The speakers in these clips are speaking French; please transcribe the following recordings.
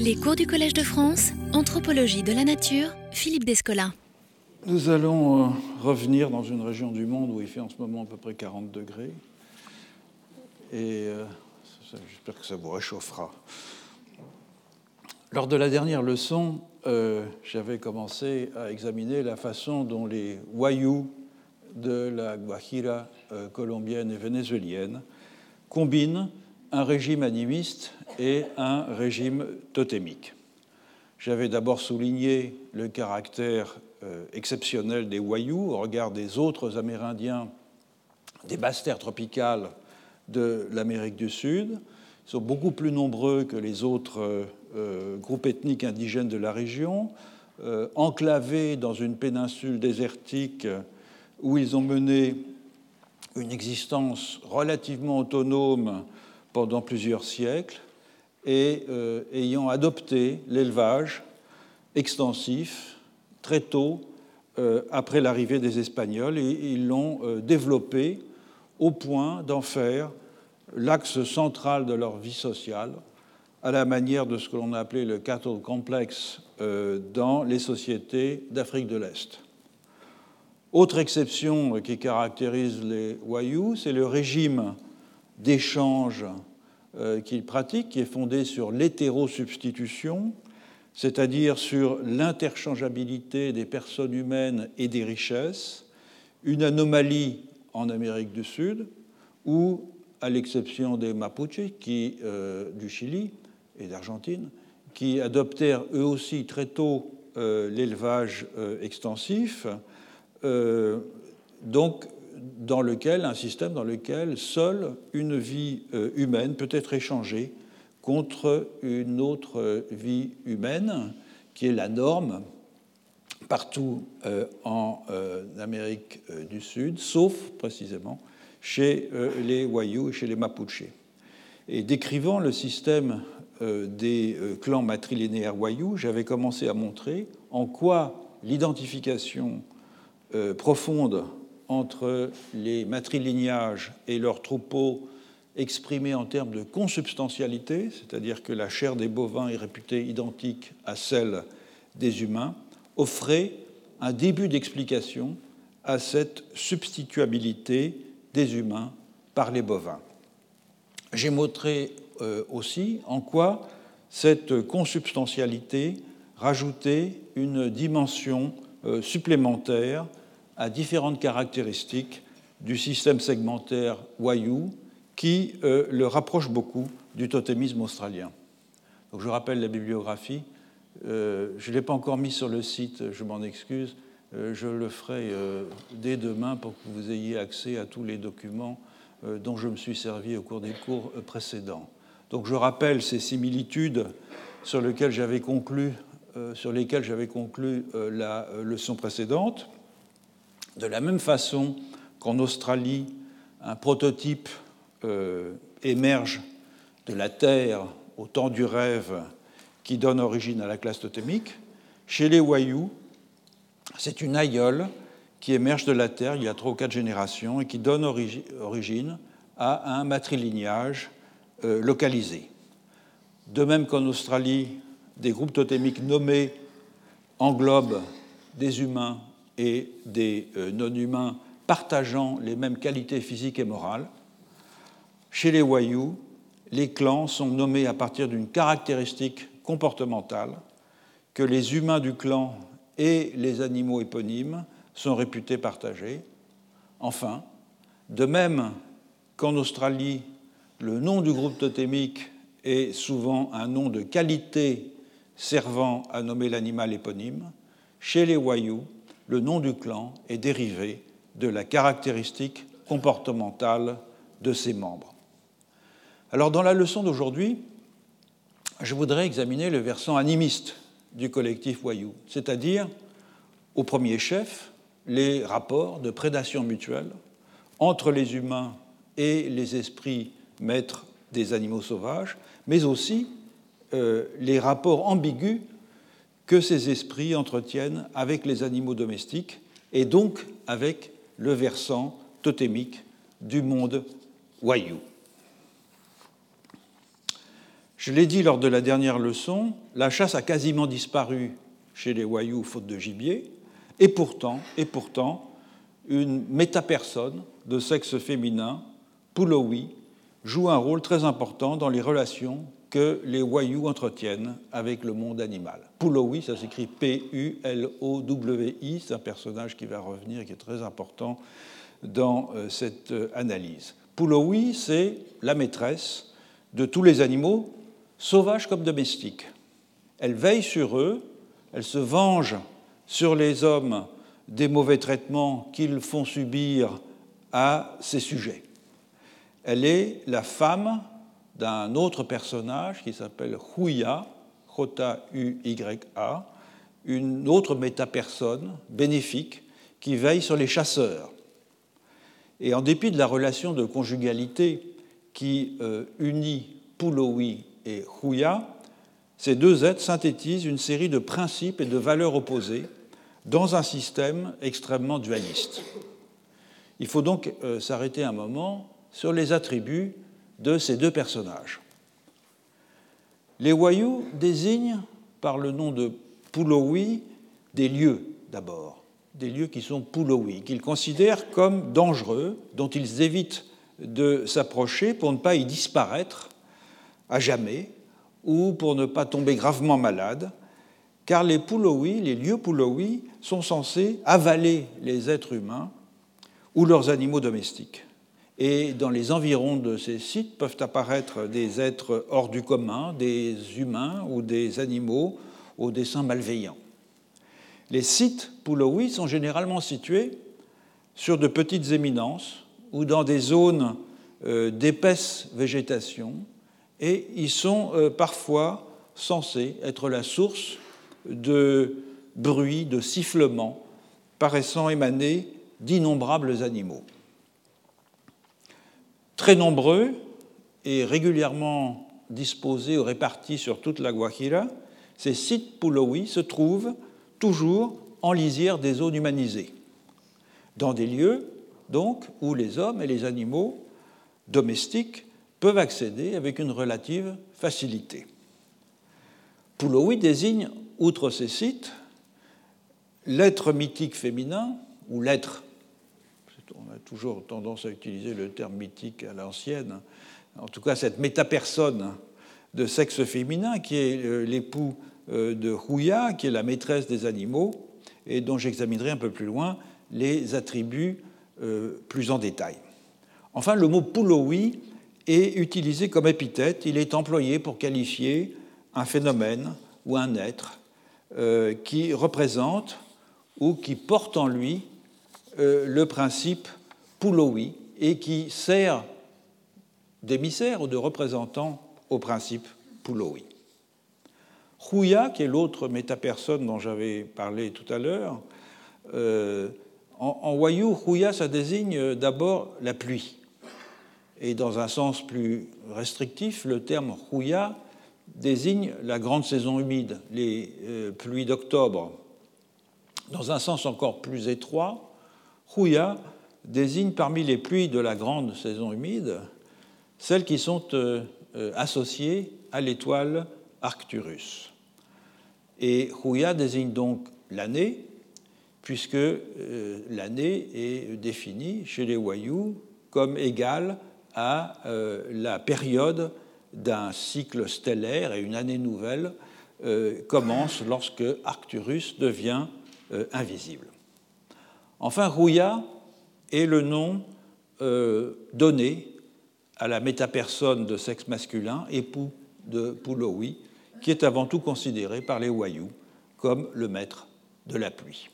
Les cours du Collège de France, Anthropologie de la nature, Philippe Descola. Nous allons revenir dans une région du monde où il fait en ce moment à peu près 40 degrés. Et j'espère que ça vous réchauffera. Lors de la dernière leçon, j'avais commencé à examiner la façon dont les Wayuu de la Guajira colombienne et vénézuélienne combinent un régime animiste et un régime totémique. J'avais d'abord souligné le caractère exceptionnel des Wayuu au regard des autres Amérindiens des basses terres tropicales de l'Amérique du Sud. Ils sont beaucoup plus nombreux que les autres groupes ethniques indigènes de la région, enclavés dans une péninsule désertique où ils ont mené une existence relativement autonome pendant plusieurs siècles et ayant adopté l'élevage extensif très tôt après l'arrivée des Espagnols, et ils l'ont développé au point d'en faire l'axe central de leur vie sociale, à la manière de ce que l'on a appelé le cattle complex dans les sociétés d'Afrique de l'Est. Autre exception qui caractérise les Wayuu, c'est le régime d'échange qu'ils pratiquent, qui est fondé sur l'hétérosubstitution, c'est-à-dire sur l'interchangeabilité des personnes humaines et des richesses, une anomalie en Amérique du Sud, où, à l'exception des Mapuches du Chili et d'Argentine, qui adoptèrent eux aussi très tôt l'élevage extensif, donc un système dans lequel seule une vie humaine peut être échangée contre une autre vie humaine, qui est la norme partout en Amérique du Sud, sauf précisément chez les Wayuu et chez les Mapuches. Et décrivant le système des clans matrilinéaires Wayuu, j'avais commencé à montrer en quoi l'identification profonde entre les matrilignages et leurs troupeaux exprimés en termes de consubstantialité, c'est-à-dire que la chair des bovins est réputée identique à celle des humains, offrait un début d'explication à cette substituabilité des humains par les bovins. J'ai montré aussi en quoi cette consubstantialité rajoutait une dimension supplémentaire à différentes caractéristiques du système segmentaire Wayuu qui le rapproche beaucoup du totémisme australien. Donc je rappelle la bibliographie. Je ne l'ai pas encore mis sur le site, je m'en excuse. Je le ferai dès demain pour que vous ayez accès à tous les documents dont je me suis servi au cours des cours précédents. Donc je rappelle ces similitudes sur lesquelles j'avais conclu la leçon précédente. De la même façon qu'en Australie, un prototype émerge de la Terre au temps du rêve qui donne origine à la classe totémique, chez les Wayuu, c'est une aïeule qui émerge de la Terre il y a 3 ou 4 générations et qui donne origine à un matrilignage localisé. De même qu'en Australie, des groupes totémiques nommés englobent des humains et des non-humains partageant les mêmes qualités physiques et morales, chez les Wayuu, les clans sont nommés à partir d'une caractéristique comportementale que les humains du clan et les animaux éponymes sont réputés partager. Enfin, de même qu'en Australie, le nom du groupe totémique est souvent un nom de qualité servant à nommer l'animal éponyme, chez les Wayuu, le nom du clan est dérivé de la caractéristique comportementale de ses membres. Alors, dans la leçon d'aujourd'hui, je voudrais examiner le versant animiste du collectif Wayuu, c'est-à-dire, au premier chef, les rapports de prédation mutuelle entre les humains et les esprits maîtres des animaux sauvages, mais aussi les rapports ambigus que ces esprits entretiennent avec les animaux domestiques et donc avec le versant totémique du monde Wayuu. Je l'ai dit lors de la dernière leçon, la chasse a quasiment disparu chez les Wayuu faute de gibier, et pourtant, une métapersonne de sexe féminin, Pulowi, joue un rôle très important dans les relations que les Wayuu entretiennent avec le monde animal. Pulowi, ça s'écrit P-U-L-O-W-I, c'est un personnage qui va revenir et qui est très important dans cette analyse. Pulowi, c'est la maîtresse de tous les animaux, sauvages comme domestiques. Elle veille sur eux, elle se venge sur les hommes des mauvais traitements qu'ils font subir à ses sujets. Elle est la femme d'un autre personnage qui s'appelle Huya, J-U-Y-A, une autre métapersonne bénéfique qui veille sur les chasseurs. Et en dépit de la relation de conjugalité qui unit Pulowi et Huya, ces deux êtres synthétisent une série de principes et de valeurs opposées dans un système extrêmement dualiste. Il faut donc s'arrêter un moment sur les attributs de ces deux personnages. Les Wayuu désignent par le nom de Pulowi des lieux d'abord, des lieux qui sont Pulowi, qu'ils considèrent comme dangereux, dont ils évitent de s'approcher pour ne pas y disparaître à jamais ou pour ne pas tomber gravement malade, car les Pulowi, les lieux Pulowi, sont censés avaler les êtres humains ou leurs animaux domestiques. Et dans les environs de ces sites peuvent apparaître des êtres hors du commun, des humains ou des animaux aux desseins malveillants. Les sites Pulowi sont généralement situés sur de petites éminences ou dans des zones d'épaisse végétation, et ils sont parfois censés être la source de bruits, de sifflements paraissant émaner d'innombrables animaux. Très nombreux et régulièrement disposés ou répartis sur toute la Guajira, ces sites Pulowi se trouvent toujours en lisière des zones humanisées, dans des lieux donc où les hommes et les animaux domestiques peuvent accéder avec une relative facilité. Pulowi désigne, outre ces sites, l'être mythique féminin, ou l'être, on a toujours tendance à utiliser le terme mythique à l'ancienne, en tout cas cette métapersonne de sexe féminin qui est l'époux de Huya, qui est la maîtresse des animaux, et dont j'examinerai un peu plus loin les attributs plus en détail. Enfin, le mot Pulowi est utilisé comme épithète, il est employé pour qualifier un phénomène ou un être qui représente ou qui porte en lui le principe Pulowi et qui sert d'émissaire ou de représentant au principe Pulowi. Huya, qui est l'autre métapersonne dont j'avais parlé tout à l'heure, en Wayuu, Huya, ça désigne d'abord la pluie. Et dans un sens plus restrictif, le terme Huya désigne la grande saison humide, les pluies d'octobre. Dans un sens encore plus étroit, Huya désigne parmi les pluies de la grande saison humide celles qui sont associées à l'étoile Arcturus. Et Huya désigne donc l'année, puisque l'année est définie chez les Wayuu comme égale à la période d'un cycle stellaire, et une année nouvelle commence lorsque Arcturus devient invisible. Enfin, Huya est le nom donné à la métapersonne de sexe masculin, époux de Pulowi, qui est avant tout considéré par les Wayuu comme le maître de la pluie.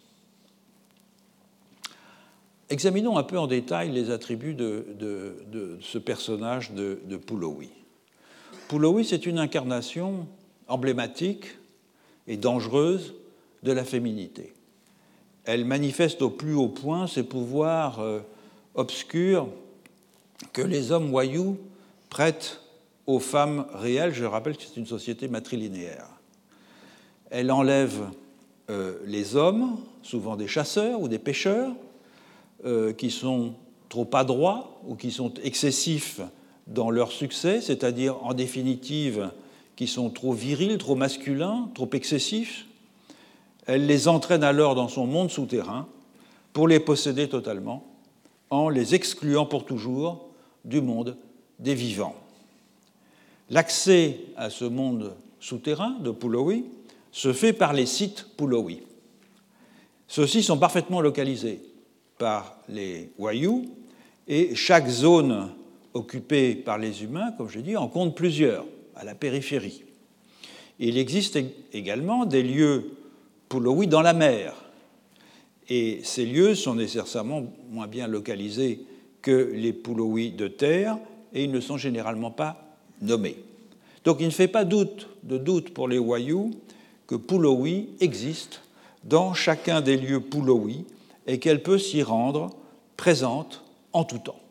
Examinons un peu en détail les attributs de ce personnage de Pulowi. Pulowi, c'est une incarnation emblématique et dangereuse de la féminité. Elle manifeste au plus haut point ses pouvoirs obscurs que les hommes Wayuu prêtent aux femmes réelles. Je rappelle que c'est une société matrilinéaire. Elle enlève les hommes, souvent des chasseurs ou des pêcheurs, qui sont trop adroits ou qui sont excessifs dans leur succès, c'est-à-dire en définitive qui sont trop virils, trop masculins, trop excessifs. Elle les entraîne alors dans son monde souterrain pour les posséder totalement, en les excluant pour toujours du monde des vivants. L'accès à ce monde souterrain de Pulowi se fait par les sites Pulowi. Ceux-ci sont parfaitement localisés par les Wayuu et chaque zone occupée par les humains, comme je dis, en compte plusieurs à la périphérie. Il existe également des lieux Pulowi dans la mer, et ces lieux sont nécessairement moins bien localisés que les Pulowi de terre, et ils ne sont généralement pas nommés. Donc il ne fait pas de doute pour les Wayuu que Pulowi existe dans chacun des lieux Pulowi et qu'elle peut s'y rendre présente en tout temps.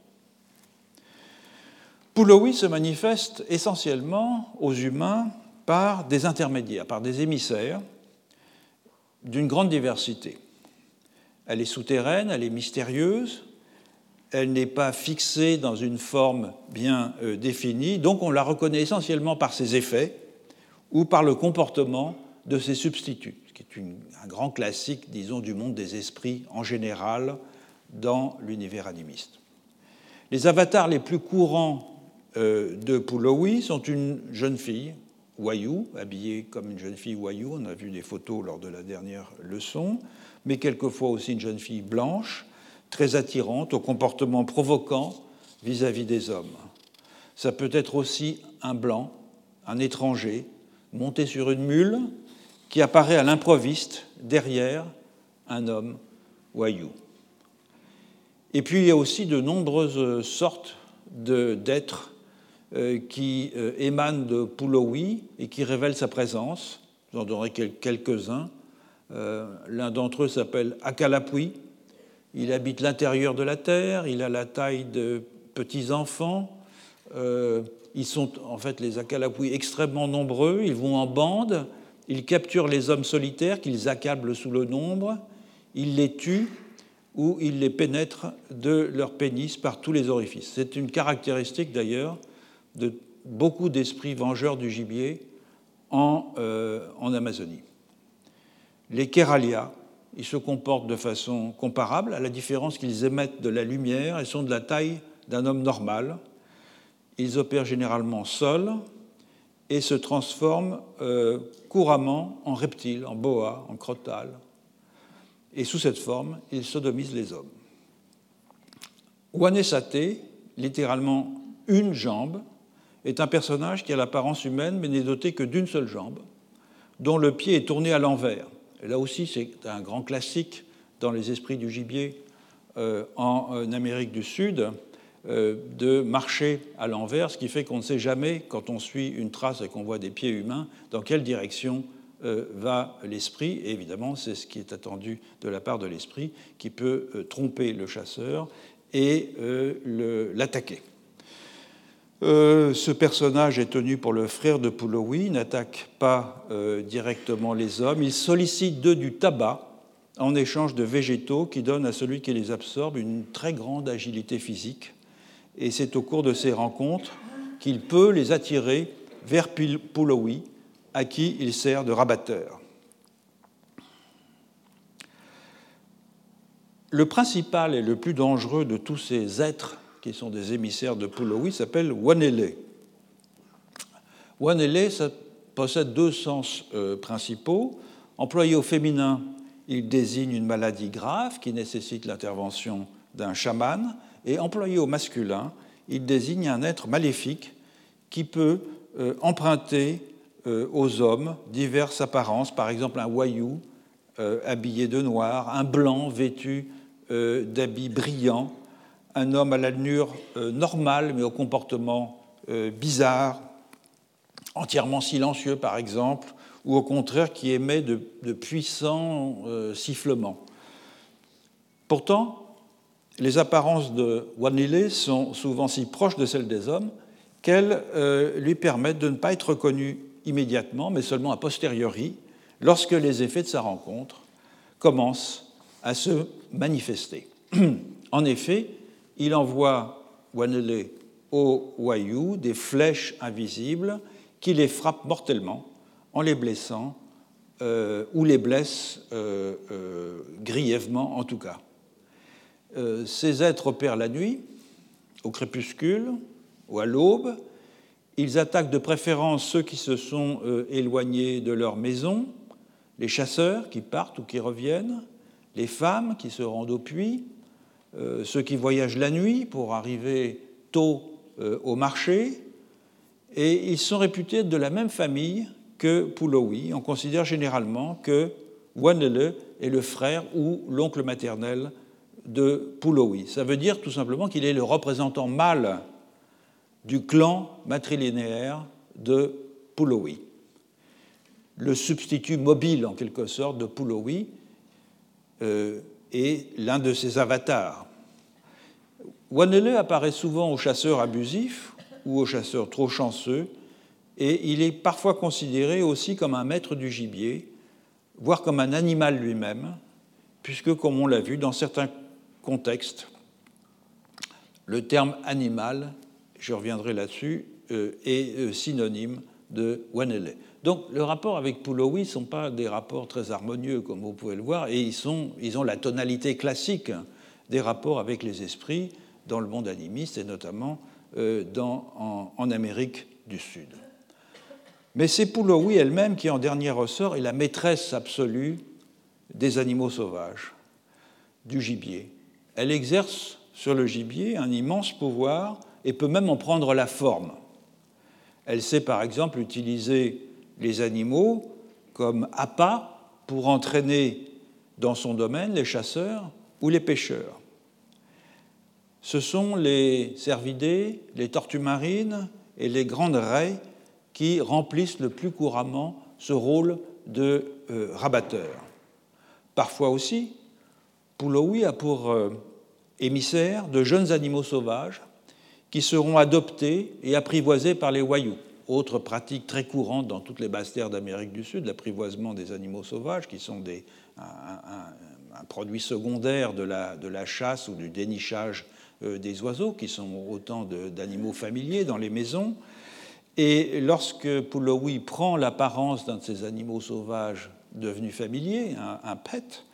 Pulowi se manifeste essentiellement aux humains par des intermédiaires, par des émissaires d'une grande diversité. Elle est souterraine, elle est mystérieuse, elle n'est pas fixée dans une forme bien définie, donc on la reconnaît essentiellement par ses effets ou par le comportement de ses substituts, ce qui est un grand classique, disons, du monde des esprits en général dans l'univers animiste. Les avatars les plus courants de Pulowi sont une jeune fille, Wayuu, habillée comme une jeune fille Wayuu, on a vu des photos lors de la dernière leçon, mais quelquefois aussi une jeune fille blanche, très attirante, au comportement provoquant vis-à-vis des hommes. Ça peut être aussi un blanc, un étranger, monté sur une mule, qui apparaît à l'improviste derrière un homme Wayuu. Et puis il y a aussi de nombreuses sortes d'êtres qui émanent de Pulowi et qui révèlent sa présence. J'en donnerai quelques-uns. L'un d'entre eux s'appelle Akalapui. Il habite l'intérieur de la terre, il a la taille de petits enfants. Ils sont en fait les Akalapui extrêmement nombreux, ils vont en bande, ils capturent les hommes solitaires qu'ils accablent sous le nombre, ils les tuent ou ils les pénètrent de leur pénis par tous les orifices. C'est une caractéristique d'ailleurs de beaucoup d'esprits vengeurs du gibier en Amazonie. Les Keralia, ils se comportent de façon comparable, à la différence qu'ils émettent de la lumière et sont de la taille d'un homme normal. Ils opèrent généralement seuls et se transforment couramment en reptiles, en boa, en crotales. Et sous cette forme, ils sodomisent les hommes. Wanesate, littéralement une jambe, est un personnage qui a l'apparence humaine mais n'est doté que d'une seule jambe, dont le pied est tourné à l'envers. Et là aussi, c'est un grand classique dans les esprits du gibier en Amérique du Sud, de marcher à l'envers, ce qui fait qu'on ne sait jamais, quand on suit une trace et qu'on voit des pieds humains, dans quelle direction va l'esprit. Et évidemment, c'est ce qui est attendu de la part de l'esprit, qui peut tromper le chasseur et l'attaquer. Ce personnage est tenu pour le frère de Pulowi, il n'attaque pas directement les hommes, il sollicite d'eux du tabac en échange de végétaux qui donnent à celui qui les absorbe une très grande agilité physique. Et c'est au cours de ces rencontres qu'il peut les attirer vers Pulowi, à qui il sert de rabatteur. Le principal et le plus dangereux de tous ces êtres qui sont des émissaires de Pulowi, s'appelle Wanele. Wanele possède deux sens principaux. Employé au féminin, il désigne une maladie grave qui nécessite l'intervention d'un chaman, et employé au masculin, il désigne un être maléfique qui peut emprunter aux hommes diverses apparences, par exemple un Wayuu habillé de noir, un blanc vêtu d'habits brillants, un homme à l'allure normale mais au comportement bizarre, entièrement silencieux par exemple, ou au contraire qui émet de puissants sifflements. Pourtant, les apparences de Wanele sont souvent si proches de celles des hommes qu'elles lui permettent de ne pas être reconnu immédiatement, mais seulement a posteriori, lorsque les effets de sa rencontre commencent à se manifester. En effet, il envoie Wanele au Wayuu des flèches invisibles qui les frappent mortellement en les blessant ou les blessent grièvement en tout cas. Ces êtres opèrent la nuit, au crépuscule ou à l'aube. Ils attaquent de préférence ceux qui se sont éloignés de leur maison, les chasseurs qui partent ou qui reviennent, les femmes qui se rendent au puits, ceux qui voyagent la nuit pour arriver tôt au marché, et ils sont réputés être de la même famille que Pulowi. On considère généralement que Wanele est le frère ou l'oncle maternel de Pulowi. Ça veut dire tout simplement qu'il est le représentant mâle du clan matrilinéaire de Pulowi, le substitut mobile en quelque sorte de Pulowi est l'un de ses avatars. Wanele apparaît souvent aux chasseurs abusifs ou aux chasseurs trop chanceux, et il est parfois considéré aussi comme un maître du gibier, voire comme un animal lui-même, puisque, comme on l'a vu, dans certains contextes, le terme animal, je reviendrai là-dessus, est synonyme de Wanele. Donc le rapport avec Pulowi ne sont pas des rapports très harmonieux, comme vous pouvez le voir, et ils ont la tonalité classique des rapports avec les esprits dans le monde animiste, et notamment en Amérique du Sud. Mais c'est Pulowi elle-même qui, en dernier ressort, est la maîtresse absolue des animaux sauvages, du gibier. Elle exerce sur le gibier un immense pouvoir et peut même en prendre la forme. Elle sait par exemple utiliser les animaux comme appât pour entraîner dans son domaine les chasseurs ou les pêcheurs. Ce sont les cervidés, les tortues marines et les grandes raies qui remplissent le plus couramment ce rôle de rabatteur. Parfois aussi, Pulowi a pour émissaires de jeunes animaux sauvages qui seront adoptés et apprivoisés par les Wayuu. Autre pratique très courante dans toutes les basses terres d'Amérique du Sud, l'apprivoisement des animaux sauvages, qui sont un produit secondaire de la chasse ou du dénichage des oiseaux, qui sont autant d'animaux familiers dans les maisons. Et lorsque Pulowi prend l'apparence d'un de ces animaux sauvages devenus familiers, un pet,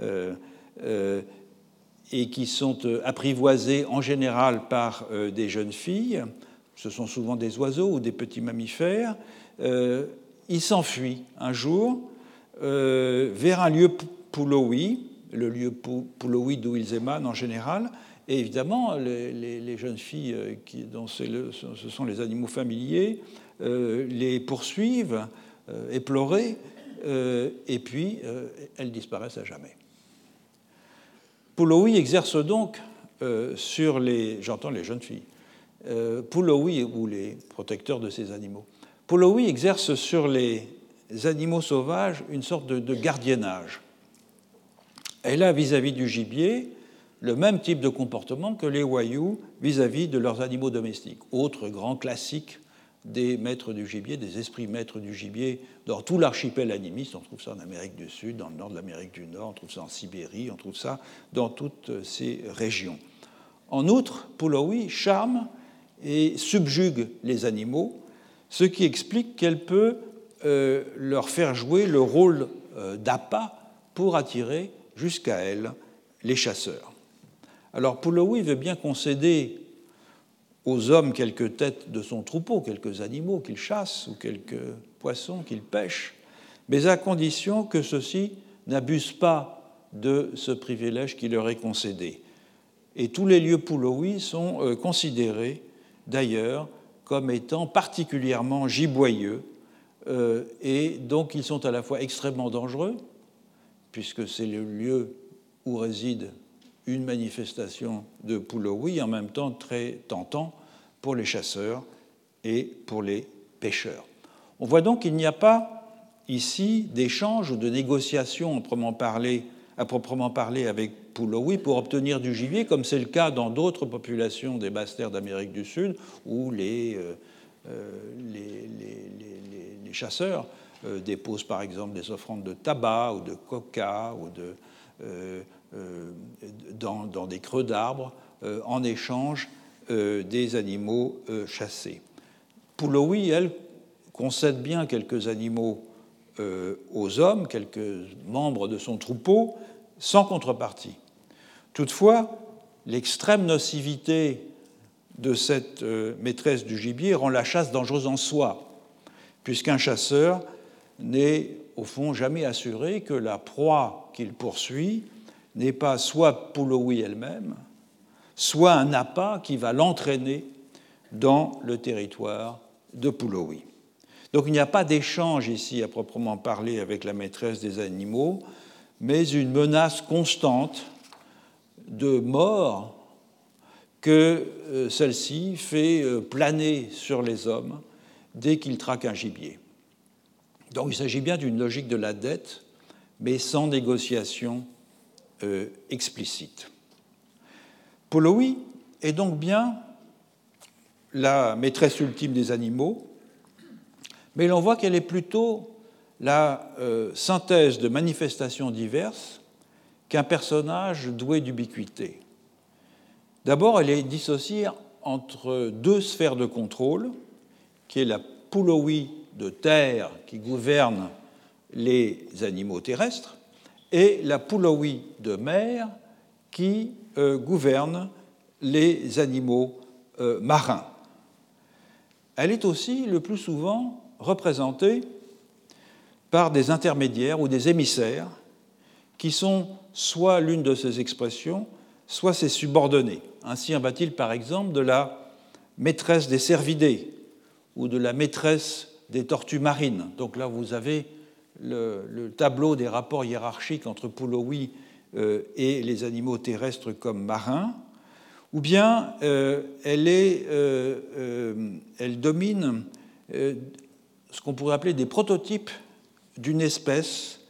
et qui sont apprivoisés en général par des jeunes filles, ce sont souvent des oiseaux ou des petits mammifères, il s'enfuit un jour vers un lieu Pulowi, le lieu Pulowi d'où ils émanent en général, et évidemment, les jeunes filles dont ce sont les animaux familiers les poursuivent, éplorées, et puis elles disparaissent à jamais. Pulowi exerce donc sur j'entends les jeunes filles, Pulowi ou les protecteurs de ces animaux. Pulowi exerce sur les animaux sauvages une sorte de gardiennage. Elle a vis-à-vis du gibier le même type de comportement que les Wayuu vis-à-vis de leurs animaux domestiques. Autre grand classique des maîtres du gibier, des esprits maîtres du gibier dans tout l'archipel animiste. On trouve ça en Amérique du Sud, dans le nord de l'Amérique du Nord, on trouve ça en Sibérie, on trouve ça dans toutes ces régions. En outre, Pulowi charme et subjugue les animaux, ce qui explique qu'elle peut leur faire jouer le rôle d'appât pour attirer jusqu'à elle les chasseurs. Alors Pulowi veut bien concéder aux hommes quelques têtes de son troupeau, quelques animaux qu'il chasse ou quelques poissons qu'il pêche, mais à condition que ceux-ci n'abusent pas de ce privilège qui leur est concédé. Et tous les lieux Pulowi sont considérés d'ailleurs comme étant particulièrement giboyeux, et donc ils sont à la fois extrêmement dangereux, puisque c'est le lieu où réside une manifestation de Pulowi, en même temps très tentant pour les chasseurs et pour les pêcheurs. On voit donc qu'il n'y a pas ici d'échange ou de négociation à proprement parler avec Pulowi pour obtenir du gibier, comme c'est le cas dans d'autres populations des basses terres d'Amérique du Sud, où les chasseurs déposent par exemple des offrandes de tabac ou de coca ou dans des creux d'arbres en échange des animaux chassés. Pulowi, elle, concède bien quelques animaux aux hommes, quelques membres de son troupeau, sans contrepartie. Toutefois, l'extrême nocivité de cette maîtresse du gibier rend la chasse dangereuse en soi, puisqu'un chasseur n'est au fond jamais assuré que la proie qu'il poursuit n'est pas soit Pulowi elle-même, soit un appât qui va l'entraîner dans le territoire de Pulowi. Donc il n'y a pas d'échange ici à proprement parler avec la maîtresse des animaux, mais une menace constante de mort que celle-ci fait planer sur les hommes dès qu'ils traquent un gibier. Donc il s'agit bien d'une logique de la dette, mais sans négociation explicite. Pulowi est donc bien la maîtresse ultime des animaux, mais l'on voit qu'elle est plutôt la synthèse de manifestations diverses qu'un personnage doué d'ubiquité. D'abord, elle est dissociée entre deux sphères de contrôle, qui est la Pulowi de terre qui gouverne les animaux terrestres et la Pulowi de mer qui gouverne les animaux marins. Elle est aussi le plus souvent représentée par des intermédiaires ou des émissaires qui sont soit l'une de ces expressions, soit ses subordonnés. Ainsi en va-t-il par exemple de la maîtresse des cervidés ou de la maîtresse des tortues marines. Donc là, vous avez le tableau des rapports hiérarchiques entre Pulowi et les animaux terrestres comme marins, ou bien elle domine ce qu'on pourrait appeler des prototypes d'une espèce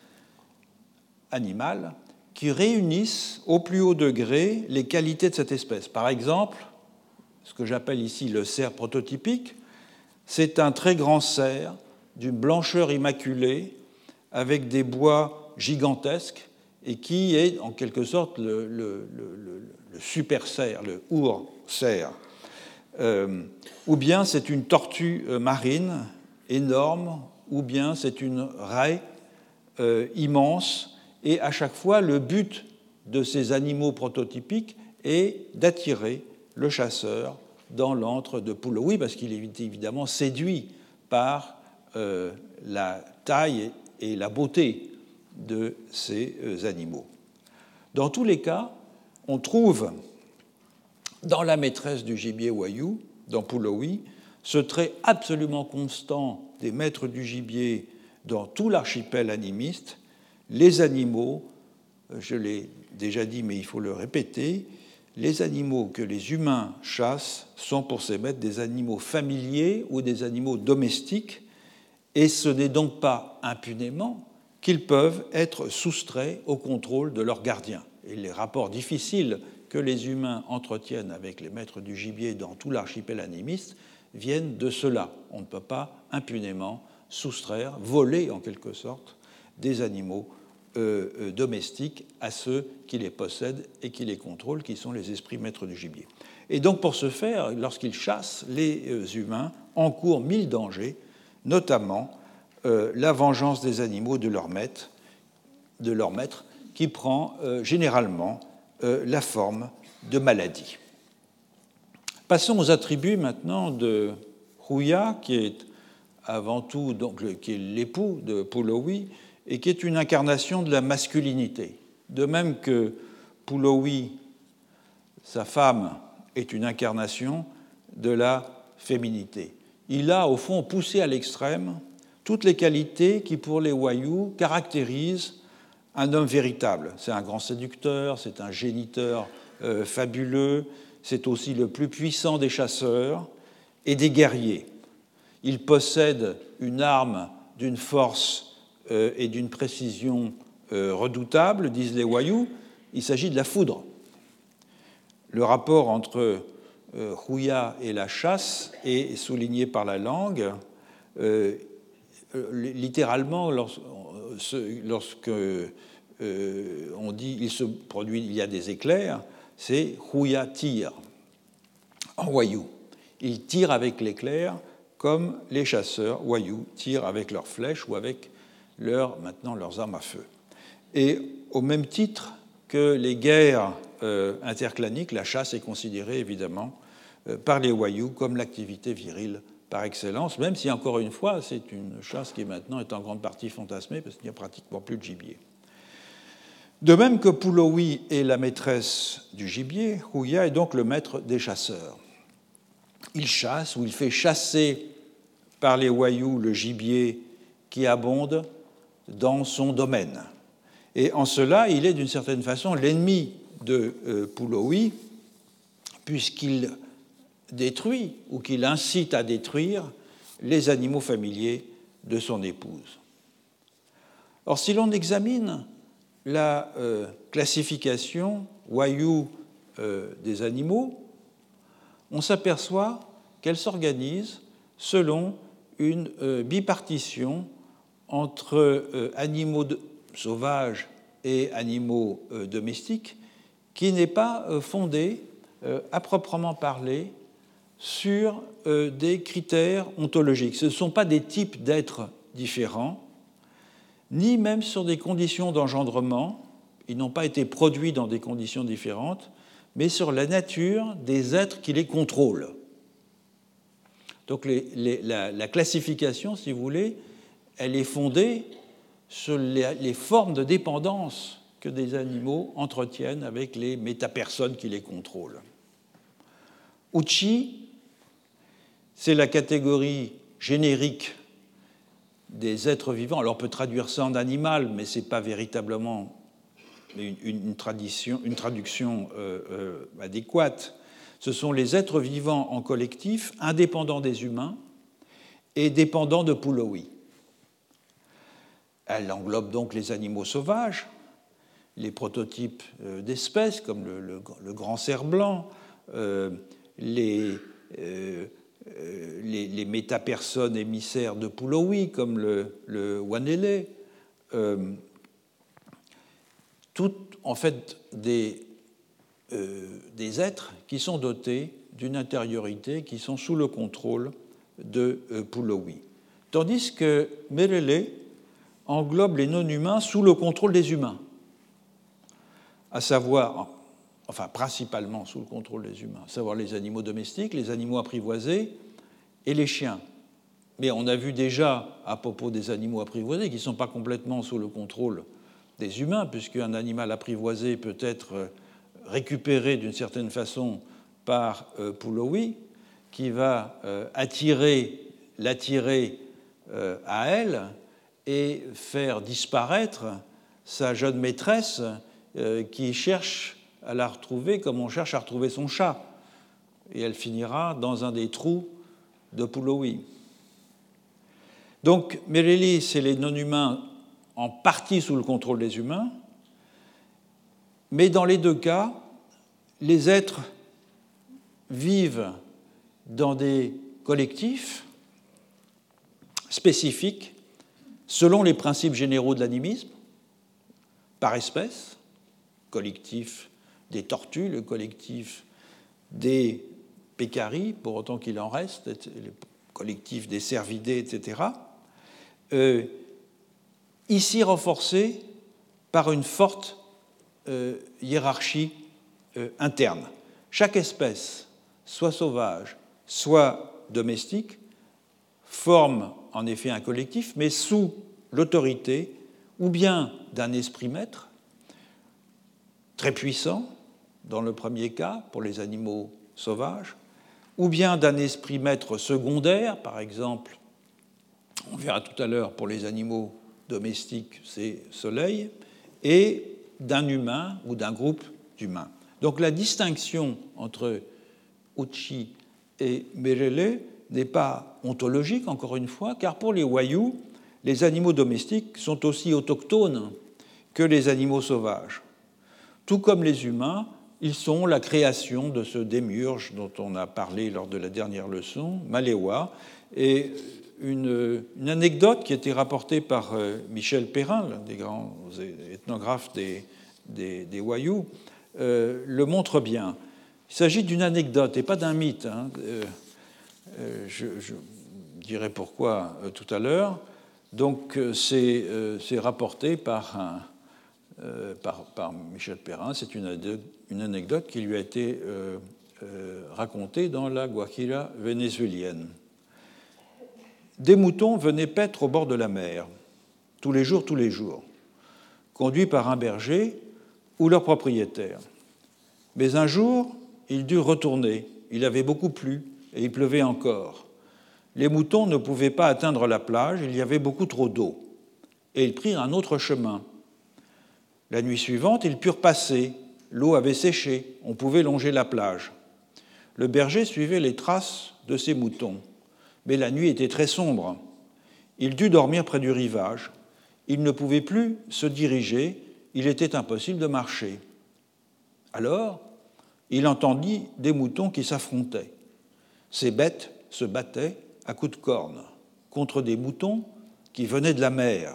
animale qui réunissent au plus haut degré les qualités de cette espèce. Par exemple, ce que j'appelle ici le cerf prototypique, c'est un très grand cerf d'une blancheur immaculée avec des bois gigantesques et qui est en quelque sorte le super cerf, le ur-cerf. Ou bien c'est une tortue marine énorme, ou bien c'est une raie immense. Et à chaque fois, le but de ces animaux prototypiques est d'attirer le chasseur dans l'antre de Pulowi, parce qu'il est évidemment séduit par la taille et la beauté de ces animaux. Dans tous les cas, on trouve dans la maîtresse du gibier wayuu, dans Pulowi, ce trait absolument constant des maîtres du gibier dans tout l'archipel animiste. Les animaux, je l'ai déjà dit mais il faut le répéter, les animaux que les humains chassent sont pour ces maîtres des animaux familiers ou des animaux domestiques, et ce n'est donc pas impunément qu'ils peuvent être soustraits au contrôle de leurs gardiens. Et les rapports difficiles que les humains entretiennent avec les maîtres du gibier dans tout l'archipel animiste viennent de cela. On ne peut pas impunément soustraire, voler en quelque sorte, des animaux domestiques à ceux qui les possèdent et qui les contrôlent, qui sont les esprits maîtres du gibier. Et donc pour ce faire, lorsqu'ils chassent, les humains encourent 1000 dangers, notamment la vengeance des animaux de leur maître qui prend généralement la forme de maladie. Passons aux attributs maintenant de Huya, qui est avant tout donc, qui est l'époux de Pulowi et qui est une incarnation de la masculinité. De même que Pulowi, sa femme, est une incarnation de la féminité. Il a, au fond, poussé à l'extrême toutes les qualités qui, pour les wayuu, caractérisent un homme véritable. C'est un grand séducteur, c'est un géniteur fabuleux, c'est aussi le plus puissant des chasseurs et des guerriers. Il possède une arme d'une force et d'une précision redoutables, disent les wayuu. Il s'agit de la foudre. Le rapport entre Huya et la chasse est souligné par la langue. Littéralement, lorsque on dit il y a des éclairs, c'est Huya tire en wayuu. Il tire avec l'éclair comme les chasseurs Wayuu tirent avec leurs flèches ou avec maintenant leurs armes à feu. Et au même titre que les guerres interclaniques, la chasse est considérée évidemment par les Wayuu comme l'activité virile par excellence, même si, encore une fois, c'est une chasse qui maintenant est en grande partie fantasmée parce qu'il n'y a pratiquement plus de gibier. De même que Pulowi est la maîtresse du gibier, Huya est donc le maître des chasseurs. Il chasse ou il fait chasser par les Wayuu le gibier qui abonde dans son domaine. Et en cela, il est d'une certaine façon l'ennemi de Pulowi, puisqu'il détruit ou qu'il incite à détruire les animaux familiers de son épouse. Or, si l'on examine la classification Wayuu des animaux, on s'aperçoit qu'elle s'organise selon une bipartition entre animaux sauvages et animaux domestiques qui n'est pas fondée à proprement parler sur des critères ontologiques. Ce ne sont pas des types d'êtres différents, ni même sur des conditions d'engendrement. Ils n'ont pas été produits dans des conditions différentes, mais sur la nature des êtres qui les contrôlent. Donc la classification, si vous voulez, elle est fondée sur les formes de dépendance que des animaux entretiennent avec les métapersones qui les contrôlent. Uchi, c'est la catégorie générique des êtres vivants. Alors on peut traduire ça en animal, mais ce n'est pas véritablement une traduction adéquate. Ce sont les êtres vivants en collectif, indépendants des humains et dépendants de Pulowi. Elle englobe donc les animaux sauvages, les prototypes d'espèces comme le grand cerf blanc, les métapersones émissaires de Pulowi comme le Wanele, toutes en fait des êtres qui sont dotés d'une intériorité, qui sont sous le contrôle de Pulowi. Tandis que Merele englobe les non-humains sous le contrôle des humains, à savoir, enfin principalement sous le contrôle des humains, à savoir les animaux domestiques, les animaux apprivoisés et les chiens. Mais on a vu déjà à propos des animaux apprivoisés qu'ils ne sont pas complètement sous le contrôle des humains, puisqu'un animal apprivoisé peut être récupéré d'une certaine façon par Pulowi, qui va l'attirer à elle et faire disparaître sa jeune maîtresse qui cherche à la retrouver comme on cherche à retrouver son chat. Et elle finira dans un des trous de Pulowi. Donc, Merele, c'est les non-humains en partie sous le contrôle des humains, mais dans les deux cas, les êtres vivent dans des collectifs spécifiques selon les principes généraux de l'animisme, par espèce, collectif des tortues, le collectif des pécaris, pour autant qu'il en reste, le collectif des cervidés, etc., ici renforcé par une forte hiérarchie interne. Chaque espèce, soit sauvage, soit domestique, forme en effet un collectif, mais sous l'autorité ou bien d'un esprit maître, très puissant, dans le premier cas, pour les animaux sauvages, ou bien d'un esprit maître secondaire, par exemple, on verra tout à l'heure pour les animaux domestiques, c'est Soleil, et d'un humain ou d'un groupe d'humains. Donc la distinction entre Uchi et Merele n'est pas ontologique, encore une fois, car pour les Wayuu, les animaux domestiques sont aussi autochtones que les animaux sauvages. Tout comme les humains, ils sont la création de ce démiurge dont on a parlé lors de la dernière leçon, Malewa, et une anecdote qui a été rapportée par Michel Perrin, l'un des grands ethnographes des Wayuu, le montre bien. Il s'agit d'une anecdote et pas d'un mythe. dirai pourquoi tout à l'heure. Donc, c'est rapporté par Michel Perrin. C'est une anecdote qui lui a été racontée dans la Guajira vénézuélienne. Des moutons venaient paître au bord de la mer, tous les jours, conduits par un berger ou leur propriétaire. Mais un jour, ils durent retourner. Il avait beaucoup plu et il pleuvait encore. Les moutons ne pouvaient pas atteindre la plage, il y avait beaucoup trop d'eau. Et ils prirent un autre chemin. La nuit suivante, ils purent passer. L'eau avait séché, on pouvait longer la plage. Le berger suivait les traces de ses moutons. Mais la nuit était très sombre. Il dut dormir près du rivage. Il ne pouvait plus se diriger, il était impossible de marcher. Alors, il entendit des moutons qui s'affrontaient. Ces bêtes se battaient à coups de cornes contre des moutons qui venaient de la mer.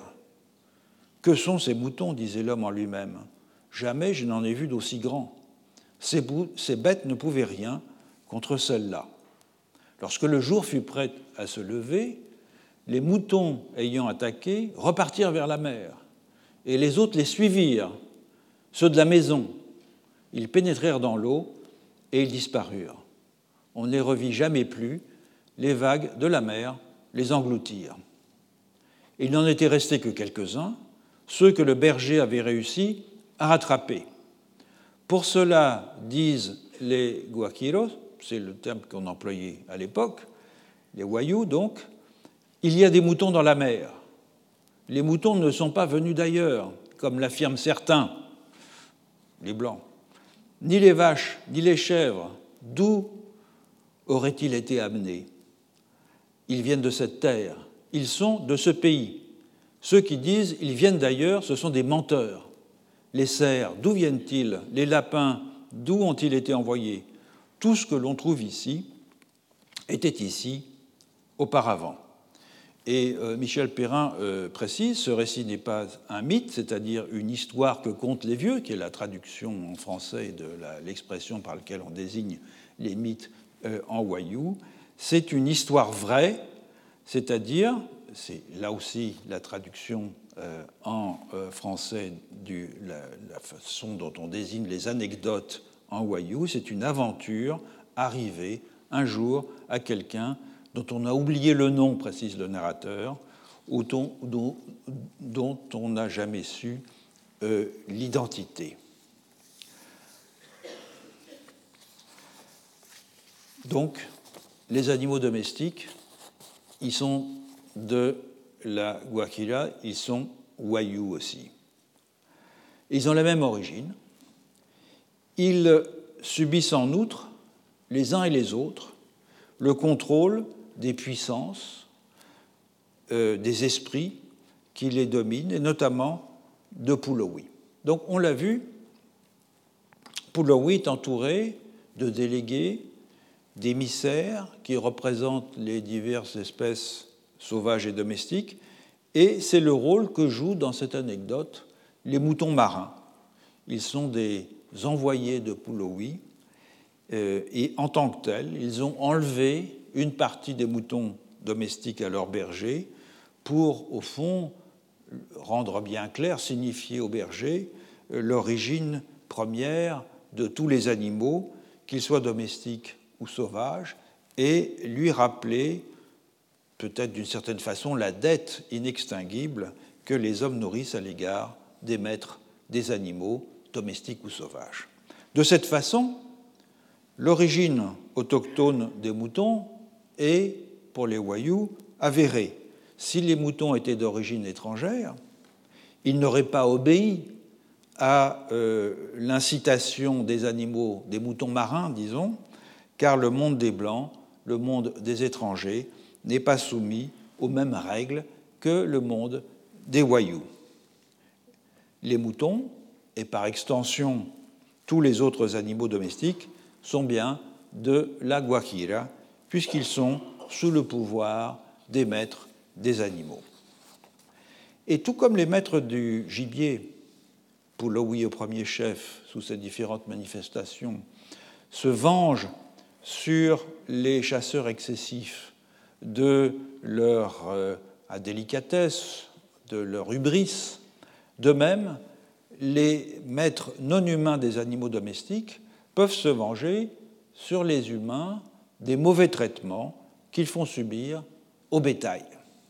« Que sont ces moutons » disait l'homme en lui-même. « Jamais je n'en ai vu d'aussi grands. Ces bêtes ne pouvaient rien contre celles-là. » Lorsque le jour fut prêt à se lever, les moutons ayant attaqué repartirent vers la mer, et les autres les suivirent, ceux de la maison. Ils pénétrèrent dans l'eau et ils disparurent. On ne les revit jamais plus, les vagues de la mer les engloutirent. Il n'en était resté que quelques-uns, ceux que le berger avait réussi à rattraper. Pour cela, disent les guajiros, c'est le terme qu'on employait à l'époque, les wayous donc, il y a des moutons dans la mer. Les moutons ne sont pas venus d'ailleurs, comme l'affirment certains, les Blancs. Ni les vaches, ni les chèvres, d'où auraient-ils été amenés? Ils viennent de cette terre, ils sont de ce pays. Ceux qui disent « ils viennent d'ailleurs », ce sont des menteurs. Les cerfs, d'où viennent-ils? Les lapins, d'où ont-ils été envoyés? Tout ce que l'on trouve ici était ici auparavant. Et Michel Perrin précise, ce récit n'est pas un mythe, c'est-à-dire une histoire que content les vieux, qui est la traduction en français de l'expression par laquelle on désigne les mythes en wayuu. C'est une histoire vraie, c'est-à-dire, c'est là aussi la traduction en français de la façon dont on désigne les anecdotes en wayuu, c'est une aventure arrivée un jour à quelqu'un dont on a oublié le nom, précise le narrateur, ou dont on n'a jamais su l'identité. Donc, les animaux domestiques, ils sont de la Guajira, ils sont wayuu aussi. Ils ont la même origine. Ils subissent en outre, les uns et les autres, le contrôle des puissances, des esprits qui les dominent, et notamment de Pulowi. Donc, on l'a vu, Pulowi est entouré de délégués, d'émissaires qui représentent les diverses espèces sauvages et domestiques, et c'est le rôle que jouent dans cette anecdote les moutons marins. Ils sont des envoyés de Pulowi, et en tant que tels, ils ont enlevé une partie des moutons domestiques à leurs bergers pour, au fond, rendre bien clair, signifier aux bergers l'origine première de tous les animaux, qu'ils soient domestiques ou sauvages, et lui rappeler, peut-être d'une certaine façon, la dette inextinguible que les hommes nourrissent à l'égard des maîtres des animaux, domestiques ou sauvages. De cette façon, l'origine autochtone des moutons est, pour les wayuu, avérée. Si les moutons étaient d'origine étrangère, ils n'auraient pas obéi à l'incitation des animaux, des moutons marins, disons, car le monde des Blancs, le monde des étrangers, n'est pas soumis aux mêmes règles que le monde des wayuu. Les moutons, et par extension tous les autres animaux domestiques, sont bien de la Guajira, puisqu'ils sont sous le pouvoir des maîtres des animaux. Et tout comme les maîtres du gibier, Pulowi au premier chef, sous ces différentes manifestations, se vengent sur les chasseurs excessifs de leur indélicatesse, de leur hubris. De même, les maîtres non humains des animaux domestiques peuvent se venger sur les humains des mauvais traitements qu'ils font subir au bétail.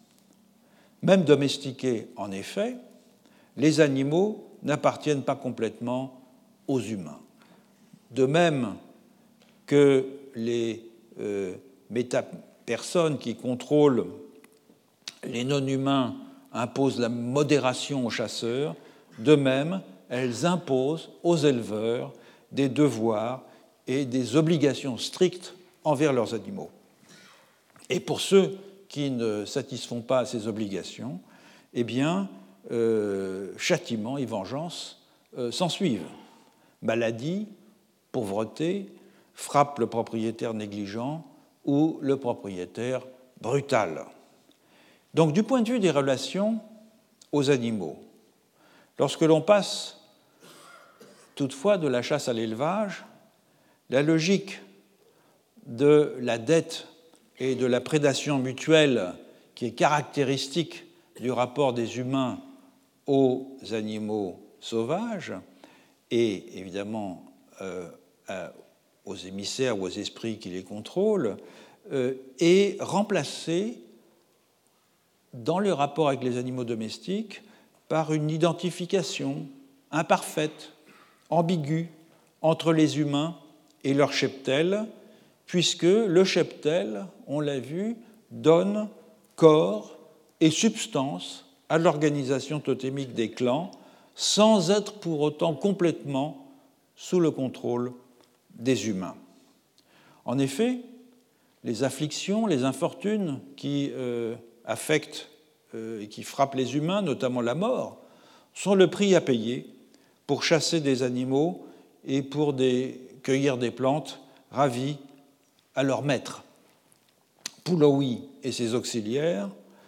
Même domestiqués, en effet, les animaux n'appartiennent pas complètement aux humains. De même que les métapersonnes qui contrôlent les non-humains imposent la modération aux chasseurs, de même, elles imposent aux éleveurs des devoirs et des obligations strictes envers leurs animaux. Et pour ceux qui ne satisfont pas à ces obligations, eh bien, châtiment et vengeance s'ensuivent. Maladie, pauvreté, frappe le propriétaire négligent ou le propriétaire brutal. Donc, du point de vue des relations aux animaux, lorsque l'on passe toutefois de la chasse à l'élevage, la logique de la dette et de la prédation mutuelle qui est caractéristique du rapport des humains aux animaux sauvages et évidemment aux émissaires ou aux esprits qui les contrôlent, est remplacée dans le rapport avec les animaux domestiques par une identification imparfaite, ambiguë, entre les humains et leur cheptel, puisque le cheptel, on l'a vu, donne corps et substance à l'organisation totémique des clans, sans être pour autant complètement sous le contrôle des humains. En effet, les afflictions, les infortunes qui affectent et qui frappent les humains, notamment la mort, sont le prix à payer pour chasser des animaux et pour cueillir des plantes ravies à leur maître. Pouloui et ses auxiliaires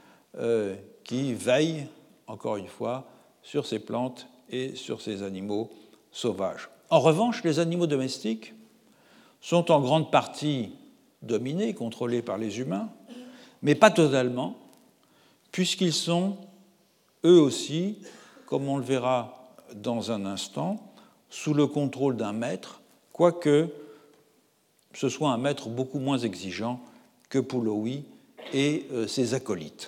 qui veillent, encore une fois, sur ces plantes et sur ces animaux sauvages. En revanche, les animaux domestiques sont en grande partie dominés, contrôlés par les humains, mais pas totalement, puisqu'ils sont, eux aussi, comme on le verra dans un instant, sous le contrôle d'un maître, quoique ce soit un maître beaucoup moins exigeant que Pouloui et ses acolytes.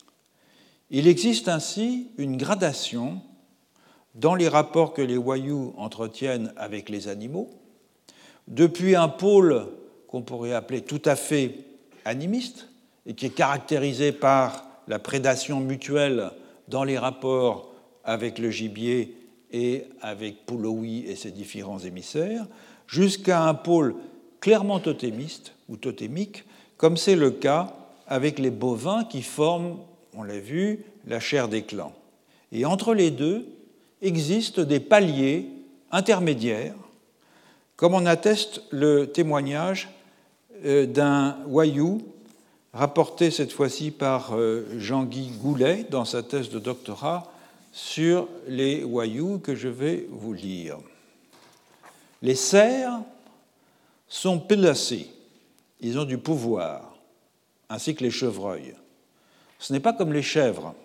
Il existe ainsi une gradation dans les rapports que les Wayuu entretiennent avec les animaux, depuis un pôle qu'on pourrait appeler tout à fait animiste et qui est caractérisé par la prédation mutuelle dans les rapports avec le gibier et avec Pouloui et ses différents émissaires, jusqu'à un pôle clairement totémiste ou totémique, comme c'est le cas avec les bovins qui forment, on l'a vu, la chair des clans. Et entre les deux existent des paliers intermédiaires, comme en atteste le témoignage d'un Wayuu, rapporté cette fois-ci par Jean-Guy Goulet dans sa thèse de doctorat sur les Wayuu que je vais vous lire. Les cerfs sont pelacés, ils ont du pouvoir, ainsi que les chevreuils. Ce n'est pas comme les chèvres.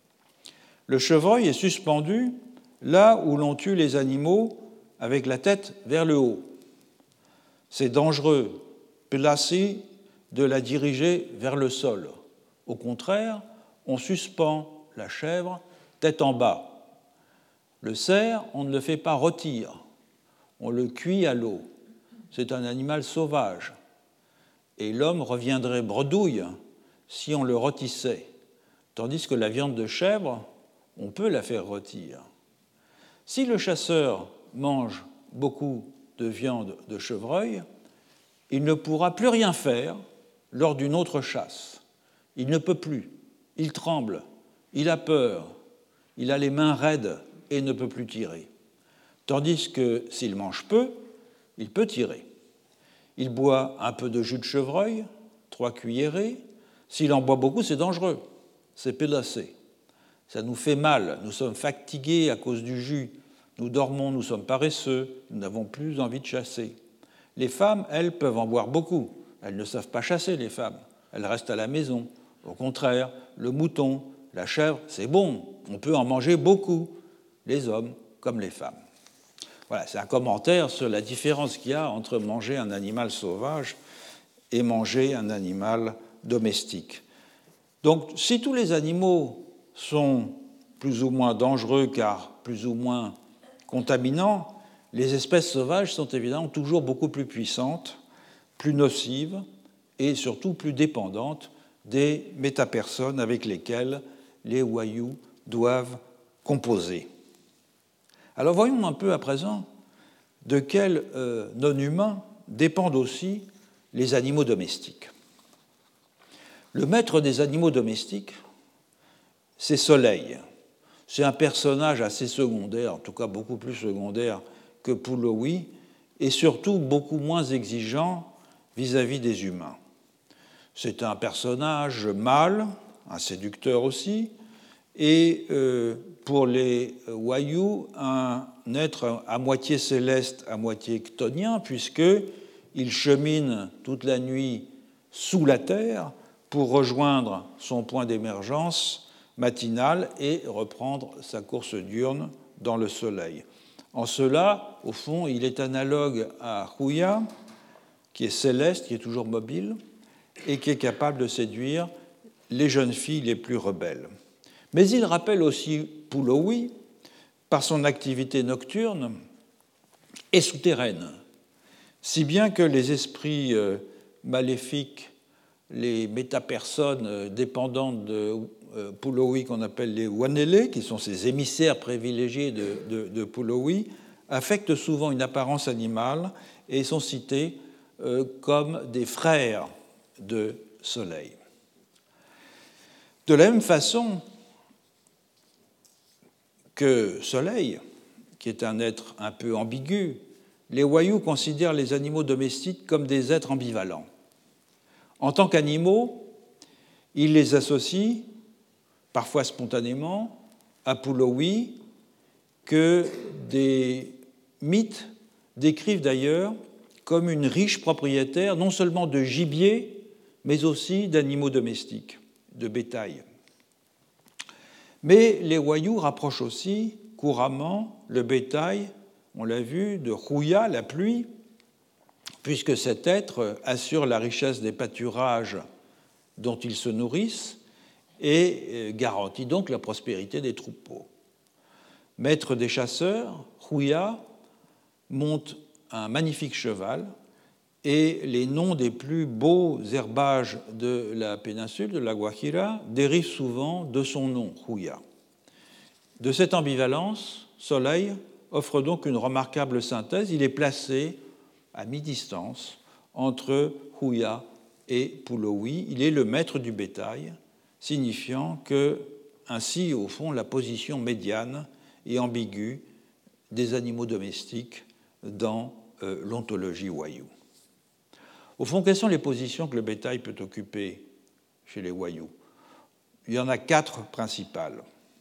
Le chevreuil est suspendu là où l'on tue les animaux avec la tête vers le haut. C'est dangereux, pelacé, de la diriger vers le sol. Au contraire, on suspend la chèvre tête en bas. Le cerf, on ne le fait pas rôtir, on le cuit à l'eau. C'est un animal sauvage. Et l'homme reviendrait bredouille si on le rôtissait, tandis que la viande de chèvre, on peut la faire rôtir. Si le chasseur mange beaucoup de viande de chevreuil, il ne pourra plus rien faire lors d'une autre chasse. Il ne peut plus, il tremble, il a peur, il a les mains raides et ne peut plus tirer. Tandis que s'il mange peu, il peut tirer. Il boit un peu de jus de chevreuil, 3 cuillerées. S'il en boit beaucoup, c'est dangereux, c'est pelacé. Ça nous fait mal, nous sommes fatigués à cause du jus, nous dormons, nous sommes paresseux, nous n'avons plus envie de chasser. Les femmes, elles, peuvent en boire beaucoup. Elles ne savent pas chasser, les femmes. elle reste à la maison. Au contraire, le mouton, la chèvre, c'est bon, on peut en manger beaucoup, les hommes comme les femmes. Voilà, c'est un commentaire sur la différence qu'il y a entre manger un animal sauvage et manger un animal domestique. Donc, si tous les animaux sont plus ou moins dangereux car plus ou moins contaminants, les espèces sauvages sont évidemment toujours beaucoup plus puissantes, plus nocives et surtout plus dépendantes des métapersones avec lesquelles les Wayuu doivent composer. Alors voyons un peu à présent de quels non-humains dépendent aussi les animaux domestiques. Le maître des animaux domestiques, c'est Soleil. C'est un personnage assez secondaire, en tout cas beaucoup plus secondaire que Pulowi, et surtout beaucoup moins exigeant vis-à-vis des humains. C'est un personnage mâle, un séducteur aussi, et pour les Wayuu, un être à moitié céleste, à moitié chtonien, puisqu'il chemine toute la nuit sous la terre pour rejoindre son point d'émergence matinal et reprendre sa course diurne dans le soleil. En cela, au fond, il est analogue à Huya, qui est céleste, qui est toujours mobile, et qui est capable de séduire les jeunes filles les plus rebelles. Mais il rappelle aussi Pulowi par son activité nocturne et souterraine, si bien que les esprits maléfiques, les métapersones dépendantes de Pulowi qu'on appelle les Wanele, qui sont ces émissaires privilégiés de Pulowi, affectent souvent une apparence animale et sont cités comme des frères de Soleil. De la même façon que Soleil, qui est un être un peu ambigu, les Wayuu considèrent les animaux domestiques comme des êtres ambivalents. En tant qu'animaux, ils les associent, parfois spontanément, à Pulowi, que des mythes décrivent d'ailleurs comme une riche propriétaire non seulement de gibier, mais aussi d'animaux domestiques, de bétail. Mais les Wayuu rapprochent aussi couramment le bétail, on l'a vu, de Huya, la pluie, puisque cet être assure la richesse des pâturages dont ils se nourrissent et garantit donc la prospérité des troupeaux. Maître des chasseurs, Huya monte un magnifique cheval et les noms des plus beaux herbages de la péninsule, de la Guajira, dérivent souvent de son nom, Huya. De cette ambivalence, Soleil offre donc une remarquable synthèse. Il est placé à mi-distance entre Huya et Pulowi. Il est le maître du bétail, signifiant que, ainsi, au fond, la position médiane et ambiguë des animaux domestiques dans l'ontologie Wayuu. Au fond, quelles sont les positions que le bétail peut occuper chez les Wayuu? Il y en a 4 principales.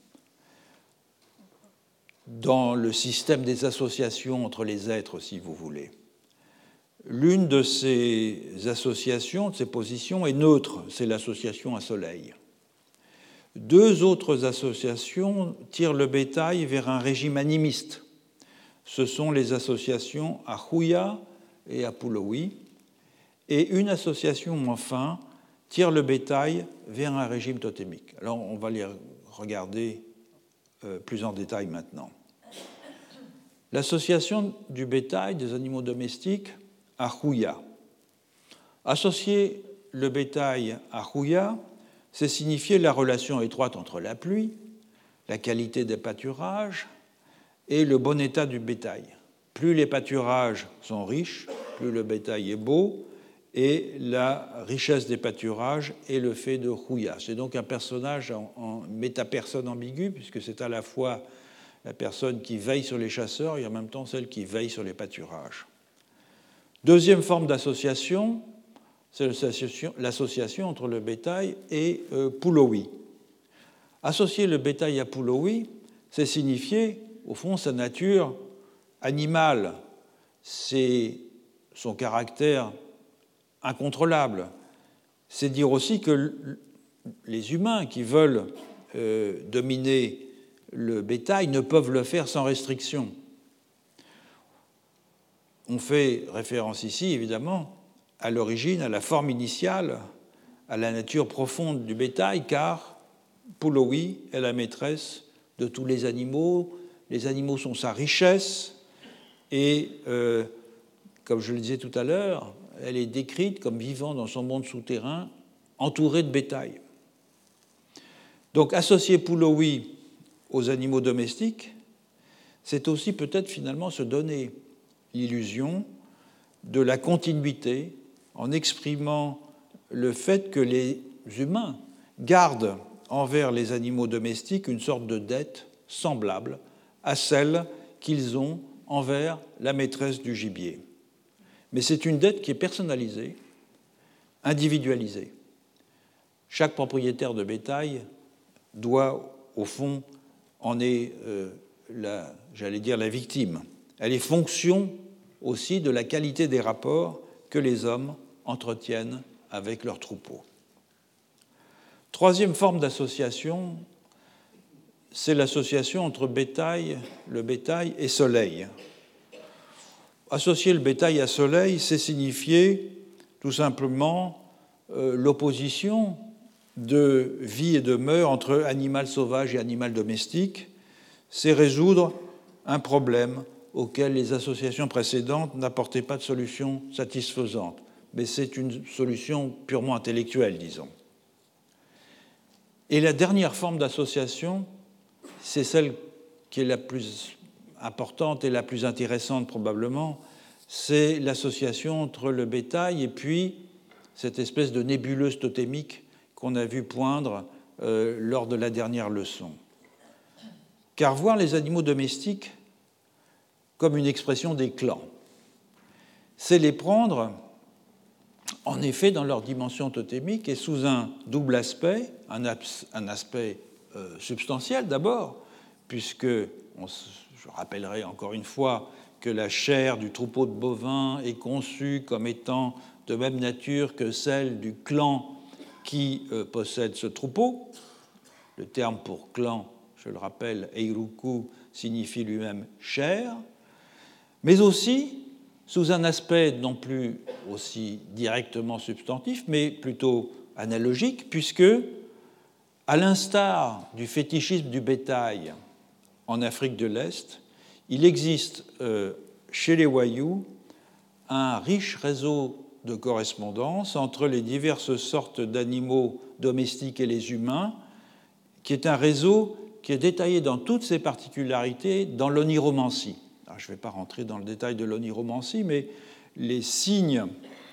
Dans le système des associations entre les êtres, si vous voulez. L'une de ces associations, de ces positions, est neutre, c'est l'association à Soleil. 2 autres associations tirent le bétail vers un régime animiste. Ce sont les associations à Huya et à Pulowi. Et une association, enfin, tire le bétail vers un régime totémique. Alors, on va les regarder plus en détail maintenant. L'association du bétail, des animaux domestiques, à Huya. Associer le bétail à Huya, c'est signifier la relation étroite entre la pluie, la qualité des pâturages et le bon état du bétail. Plus les pâturages sont riches, plus le bétail est beau, et la richesse des pâturages est le fait de Huya. C'est donc un personnage en métapersonne ambiguë, puisque c'est à la fois la personne qui veille sur les chasseurs et en même temps celle qui veille sur les pâturages. Deuxième forme d'association, c'est l'association entre le bétail et Pulowi. Associer le bétail à Pulowi, c'est signifier, au fond, sa nature animale, c'est son caractère incontrôlable. c'est dire aussi que les humains qui veulent dominer le bétail ne peuvent le faire sans restriction. On fait référence ici, évidemment, à l'origine, à la forme initiale, à la nature profonde du bétail, car Pulowi est la maîtresse de tous les animaux sont sa richesse, et, comme je le disais tout à l'heure, elle est décrite comme vivant dans son monde souterrain, entourée de bétail. Donc associer Pulowi aux animaux domestiques, c'est aussi peut-être finalement se donner l'illusion de la continuité en exprimant le fait que les humains gardent envers les animaux domestiques une sorte de dette semblable à celle qu'ils ont envers la maîtresse du gibier. Mais c'est une dette qui est personnalisée, individualisée. Chaque propriétaire de bétail doit, au fond, en est, la victime. Elle est fonction aussi de la qualité des rapports que les hommes entretiennent avec leurs troupeaux. Troisième forme d'association, c'est l'association entre le bétail et soleil. Associer le bétail à soleil, c'est signifier tout simplement l'opposition de vie et de mœurs entre animal sauvage et animal domestique. C'est résoudre un problème auquel les associations précédentes n'apportaient pas de solution satisfaisante. Mais c'est une solution purement intellectuelle, disons. Et la dernière forme d'association, c'est celle qui est la plus importante et la plus intéressante probablement, c'est l'association entre le bétail et puis cette espèce de nébuleuse totémique qu'on a vu poindre lors de la dernière leçon. Car voir les animaux domestiques comme une expression des clans, c'est les prendre en effet dans leur dimension totémique et sous un double aspect, un aspect substantiel d'abord, puisque, je rappellerai encore une fois que la chair du troupeau de bovins est conçue comme étant de même nature que celle du clan qui possède ce troupeau. Le terme pour clan, je le rappelle, Eiruku, signifie lui-même chair, mais aussi sous un aspect non plus aussi directement substantif, mais plutôt analogique, puisque, à l'instar du fétichisme du bétail en Afrique de l'Est, il existe chez les Wayuu un riche réseau de correspondance entre les diverses sortes d'animaux domestiques et les humains, qui est un réseau qui est détaillé dans toutes ses particularités dans l'oniromancie. Alors, je ne vais pas rentrer dans le détail de l'oniromancie, mais les signes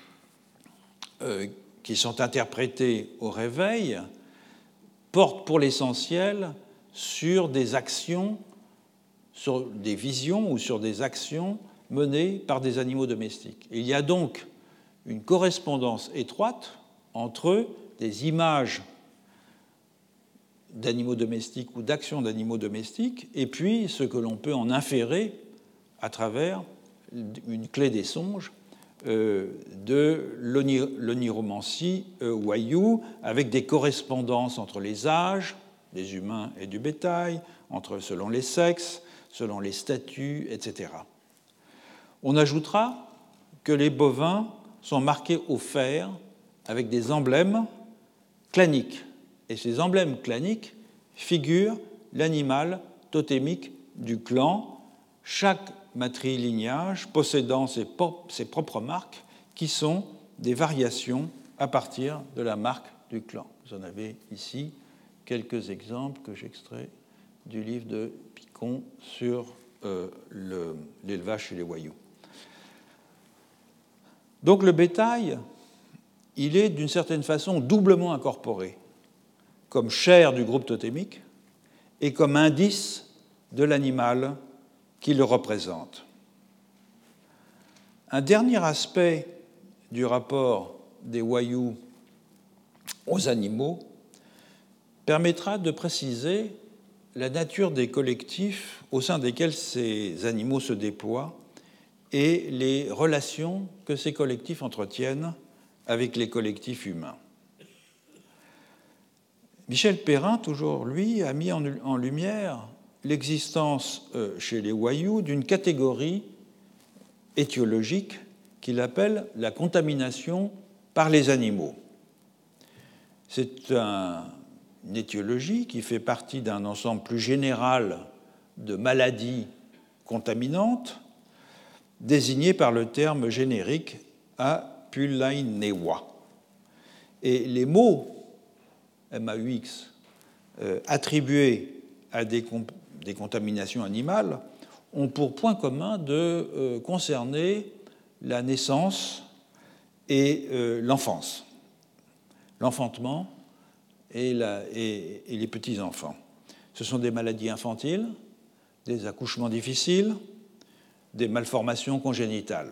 qui sont interprétés au réveil portent pour l'essentiel sur des actions, sur des visions ou sur des actions menées par des animaux domestiques. Il y a donc une correspondance étroite entre des images d'animaux domestiques ou d'actions d'animaux domestiques et puis ce que l'on peut en inférer à travers une clé des songes de l'oniromancie Wayuu, avec des correspondances entre les âges des humains et du bétail, selon les sexes, selon les statuts, etc. On ajoutera que les bovins sont marqués au fer avec des emblèmes claniques. Et ces emblèmes claniques figurent l'animal totémique du clan, chaque matrilignage possédant ses propres marques qui sont des variations à partir de la marque du clan. Vous en avez ici quelques exemples que j'extrais du livre de Picon sur l'élevage chez les Wayuu. Donc le bétail, il est d'une certaine façon doublement incorporé, comme chair du groupe totémique et comme indice de l'animal qui le représente. Un dernier aspect du rapport des Wayuu aux animaux permettra de préciser la nature des collectifs au sein desquels ces animaux se déploient et les relations que ces collectifs entretiennent avec les collectifs humains. Michel Perrin, toujours lui, a mis en lumière l'existence chez les Wayuu d'une catégorie étiologique qu'il appelle la contamination par les animaux. C'est une étiologie qui fait partie d'un ensemble plus général de maladies contaminantes désignées par le terme générique Apulainewa. Et les mots MAUX attribués à des contaminations animales ont pour point commun de concerner la naissance et l'enfance, l'enfantement et les petits-enfants. Ce sont des maladies infantiles, des accouchements difficiles, des malformations congénitales.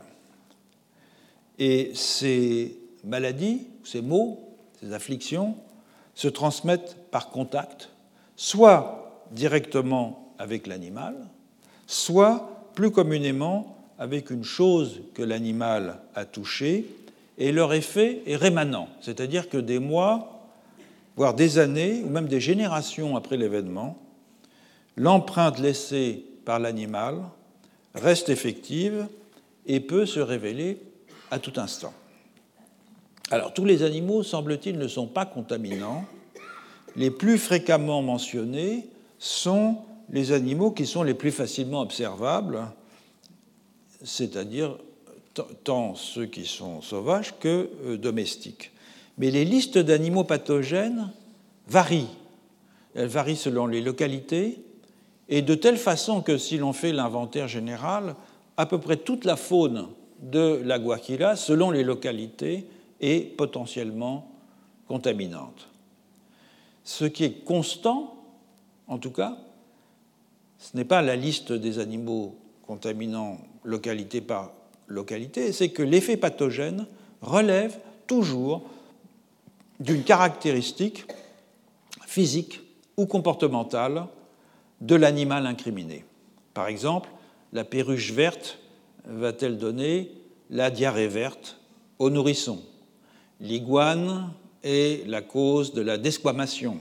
Et ces maladies, ces maux, ces afflictions se transmettent par contact, soit directement avec l'animal, soit plus communément avec une chose que l'animal a touchée, et leur effet est rémanent, c'est-à-dire que des mois, voire des années, ou même des générations après l'événement, l'empreinte laissée par l'animal reste effective et peut se révéler à tout instant. Alors, tous les animaux, semble-t-il, ne sont pas contaminants. Les plus fréquemment mentionnés sont les animaux qui sont les plus facilement observables, c'est-à-dire tant ceux qui sont sauvages que domestiques. Mais les listes d'animaux pathogènes varient. Elles varient selon les localités, et de telle façon que si l'on fait l'inventaire général, à peu près toute la faune de la Guajira, selon les localités, est potentiellement contaminante. Ce qui est constant, en tout cas, ce n'est pas la liste des animaux contaminants localité par localité, c'est que l'effet pathogène relève toujours d'une caractéristique physique ou comportementale de l'animal incriminé. Par exemple, la perruche verte va-t-elle donner la diarrhée verte au nourrisson? L'iguane est la cause de la desquamation.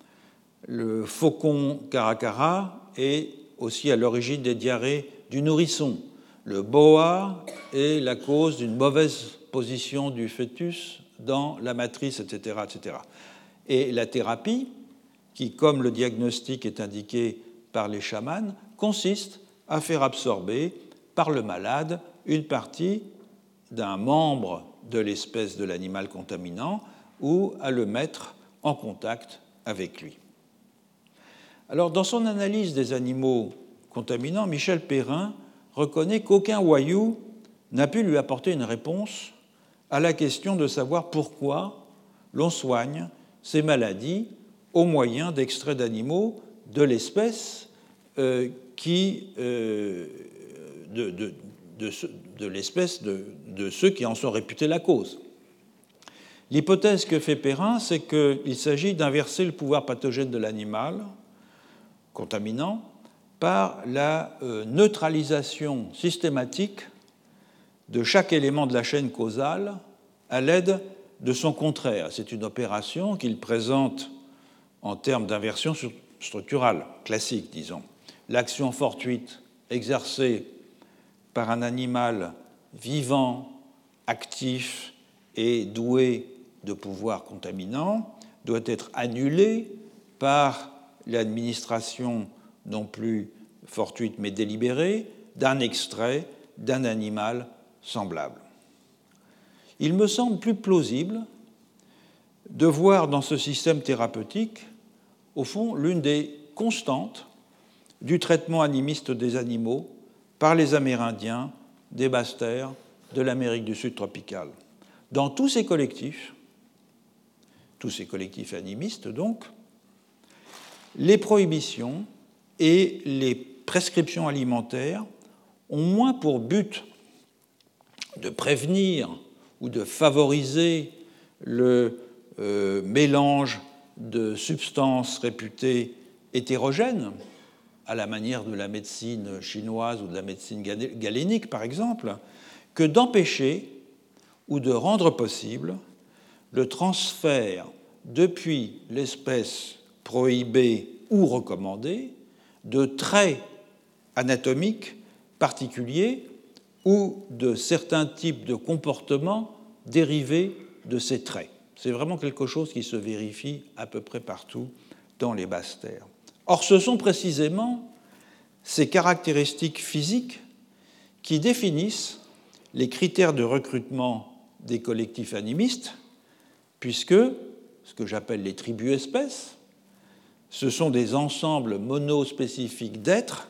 Le faucon caracara est aussi à l'origine des diarrhées du nourrisson. Le boa est la cause d'une mauvaise position du fœtus dans la matrice, etc., etc. Et la thérapie, qui, comme le diagnostic est indiqué par les chamans, consiste à faire absorber par le malade une partie d'un membre de l'espèce de l'animal contaminant ou à le mettre en contact avec lui. Alors, dans son analyse des animaux contaminants, Michel Perrin reconnaît qu'aucun Wayuu n'a pu lui apporter une réponse à la question de savoir pourquoi l'on soigne ces maladies au moyen d'extraits d'animaux de l'espèce de ceux qui en sont réputés la cause. L'hypothèse que fait Perrin, c'est qu'il s'agit d'inverser le pouvoir pathogène de l'animal contaminant par la neutralisation systématique de chaque élément de la chaîne causale à l'aide de son contraire. C'est une opération qu'il présente en termes d'inversion structurale, classique, disons. L'action fortuite exercée par un animal vivant, actif et doué de pouvoirs contaminants doit être annulée par l'administration non plus fortuite mais délibérée d'un extrait d'un animal semblable. Il me semble plus plausible de voir dans ce système thérapeutique, au fond, l'une des constantes du traitement animiste des animaux par les Amérindiens des basses-terres de l'Amérique du Sud tropicale. Dans tous ces collectifs animistes donc, les prohibitions et les prescriptions alimentaires ont moins pour but de prévenir ou de favoriser le mélange de substances réputées hétérogènes, à la manière de la médecine chinoise ou de la médecine galénique, par exemple, que d'empêcher ou de rendre possible le transfert depuis l'espèce prohibée ou recommandée, de traits anatomiques particuliers ou de certains types de comportements dérivés de ces traits. C'est vraiment quelque chose qui se vérifie à peu près partout dans les basses terres. Or, ce sont précisément ces caractéristiques physiques qui définissent les critères de recrutement des collectifs animistes, puisque ce que j'appelle les tribus-espèces, ce sont des ensembles monospécifiques d'êtres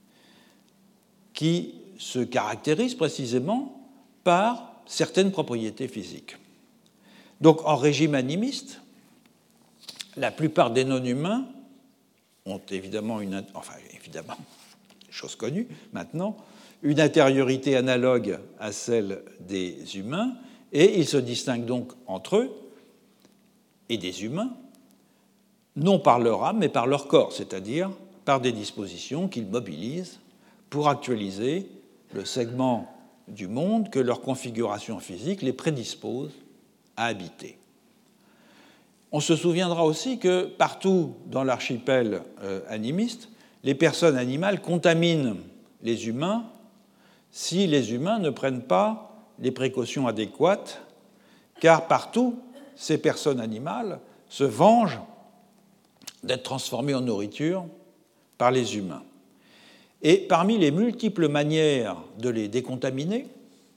qui se caractérisent précisément par certaines propriétés physiques. Donc, en régime animiste, la plupart des non-humains ont évidemment chose connue maintenant, une intériorité analogue à celle des humains, et ils se distinguent donc entre eux et des humains, non par leur âme, mais par leur corps, c'est-à-dire par des dispositions qu'ils mobilisent pour actualiser le segment du monde que leur configuration physique les prédispose à habiter. On se souviendra aussi que partout dans l'archipel animiste, les personnes animales contaminent les humains si les humains ne prennent pas les précautions adéquates, car partout, ces personnes animales se vengent d'être transformées en nourriture par les humains. Et parmi les multiples manières de les décontaminer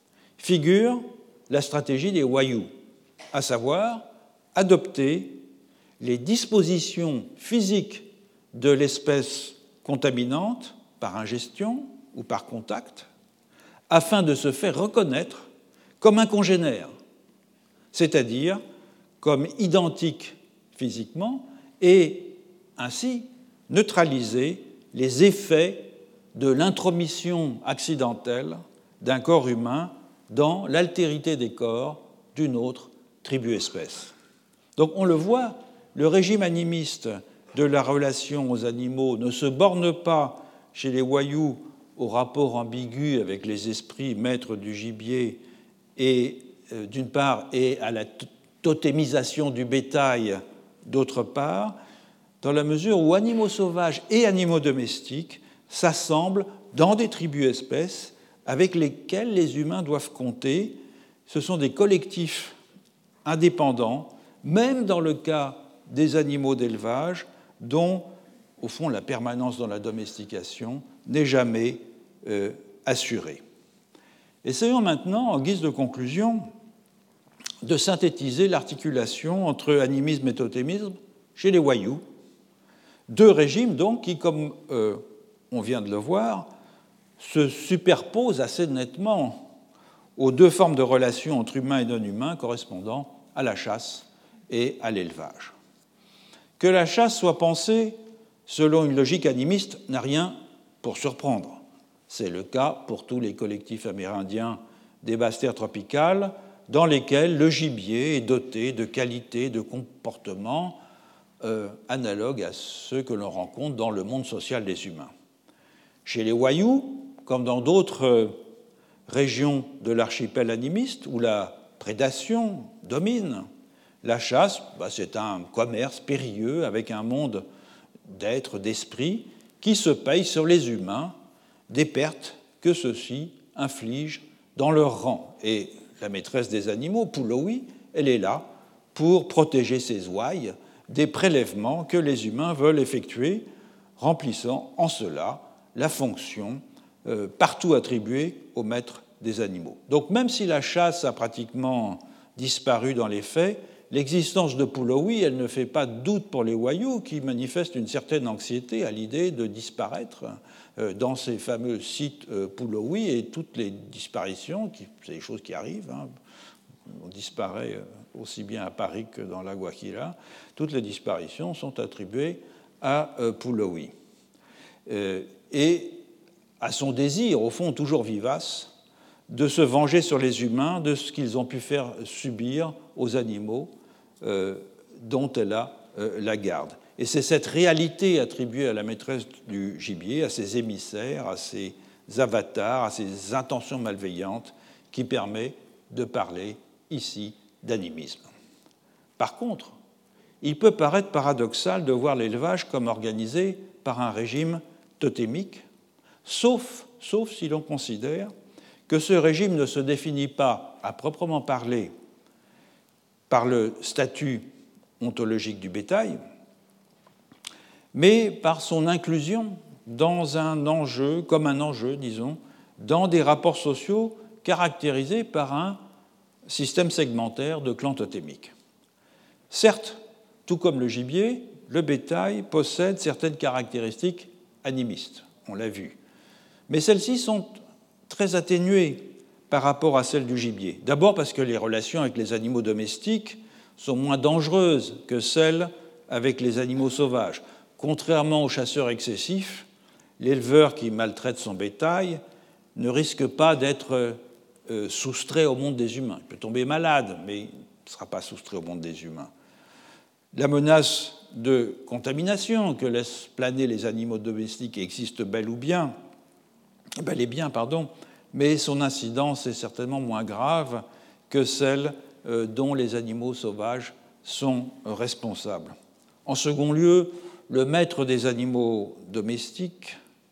figure la stratégie des Wayuu, à savoir adopter les dispositions physiques de l'espèce contaminante par ingestion ou par contact, afin de se faire reconnaître comme un congénère, c'est-à-dire comme identique physiquement, et ainsi neutraliser les effets de l'intromission accidentelle d'un corps humain dans l'altérité des corps d'une autre tribu-espèce. Donc on le voit, le régime animiste de la relation aux animaux ne se borne pas chez les Wayuu au rapport ambigu avec les esprits maîtres du gibier et d'une part et à la totémisation du bétail d'autre part, dans la mesure où animaux sauvages et animaux domestiques s'assemblent dans des tribus-espèces avec lesquelles les humains doivent compter. Ce sont des collectifs indépendants, même dans le cas des animaux d'élevage, dont, au fond, la permanence dans la domestication n'est jamais assurée. Essayons maintenant, en guise de conclusion, de synthétiser l'articulation entre animisme et totémisme chez les Wayuu, deux régimes donc qui, comme on vient de le voir, se superposent assez nettement aux deux formes de relations entre humains et non-humains correspondant à la chasse et à l'élevage. Que la chasse soit pensée selon une logique animiste n'a rien pour surprendre. C'est le cas pour tous les collectifs amérindiens des basses terres tropicales dans lesquels le gibier est doté de qualités de comportement analogues à ceux que l'on rencontre dans le monde social des humains. Chez les Wayuu, comme dans d'autres régions de l'archipel animiste où la prédation domine, la chasse, c'est un commerce périlleux avec un monde d'êtres, d'esprits qui se payent sur les humains des pertes que ceux-ci infligent dans leur rang. Et la maîtresse des animaux, Pulowi, elle est là pour protéger ses ouailles des prélèvements que les humains veulent effectuer, remplissant en cela la fonction partout attribuée au maître des animaux. Donc même si la chasse a pratiquement disparu dans les faits, l'existence de Pulowi, elle ne fait pas de doute pour les Wayuu qui manifestent une certaine anxiété à l'idée de disparaître dans ces fameux sites Pulowi, et toutes les disparitions, c'est des choses qui arrivent, on disparaît aussi bien à Paris que dans la Guajira, toutes les disparitions sont attribuées à Pulowi. Et à son désir, au fond toujours vivace, de se venger sur les humains de ce qu'ils ont pu faire subir aux animaux dont elle a la garde. Et c'est cette réalité attribuée à la maîtresse du gibier, à ses émissaires, à ses avatars, à ses intentions malveillantes, qui permet de parler ici d'animisme. Par contre, il peut paraître paradoxal de voir l'élevage comme organisé par un régime totémique, sauf si l'on considère que ce régime ne se définit pas, à proprement parler, par le statut ontologique du bétail, mais par son inclusion dans un enjeu, comme un enjeu, disons, dans des rapports sociaux caractérisés par un système segmentaire de clans totémiques. Certes, tout comme le gibier, le bétail possède certaines caractéristiques animistes, on l'a vu, mais celles-ci sont très atténuées par rapport à celles du gibier. D'abord parce que les relations avec les animaux domestiques sont moins dangereuses que celles avec les animaux sauvages. Contrairement aux chasseurs excessifs, l'éleveur qui maltraite son bétail ne risque pas d'être soustrait au monde des humains. Il peut tomber malade, mais il ne sera pas soustrait au monde des humains. La menace de contamination que laissent planer les animaux domestiques existe bel et bien, mais son incidence est certainement moins grave que celle dont les animaux sauvages sont responsables. En second lieu, le maître des animaux domestiques,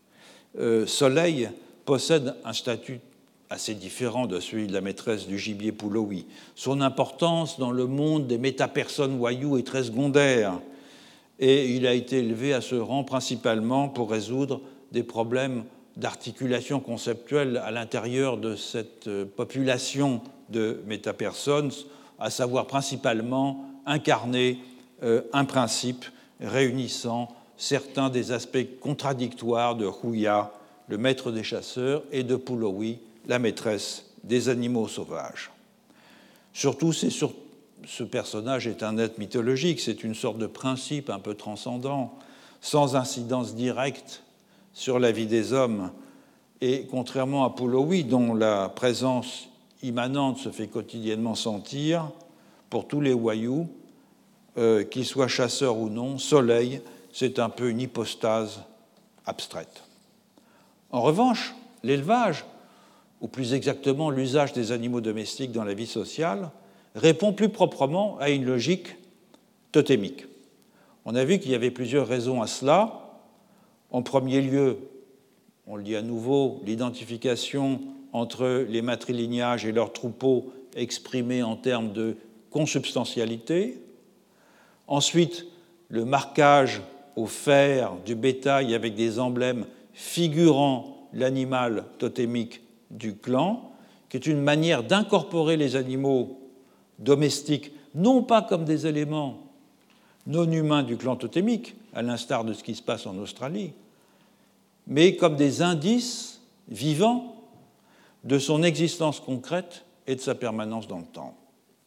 Soleil, possède un statut assez différent de celui de la maîtresse du gibier Pouloui. Son importance dans le monde des métapersones Wayuu est très secondaire et il a été élevé à ce rang principalement pour résoudre des problèmes d'articulation conceptuelle à l'intérieur de cette population de métapersones, à savoir principalement incarner un principe réunissant certains des aspects contradictoires de Huya, le maître des chasseurs, et de Pouloui, la maîtresse des animaux sauvages. Surtout, ce personnage est un être mythologique, c'est une sorte de principe un peu transcendant, sans incidence directe sur la vie des hommes. Et contrairement à Pouloui, dont la présence immanente se fait quotidiennement sentir, pour tous les Wayuu, qu'ils soient chasseurs ou non, Soleil, c'est un peu une hypostase abstraite. En revanche, l'élevage, ou plus exactement l'usage des animaux domestiques dans la vie sociale, répond plus proprement à une logique totémique. On a vu qu'il y avait plusieurs raisons à cela. En premier lieu, on le dit à nouveau, l'identification entre les matrilignages et leurs troupeaux exprimés en termes de consubstantialité. Ensuite, le marquage au fer du bétail avec des emblèmes figurant l'animal totémique du clan, qui est une manière d'incorporer les animaux domestiques, non pas comme des éléments non humains du clan totémique, à l'instar de ce qui se passe en Australie, mais comme des indices vivants de son existence concrète et de sa permanence dans le temps.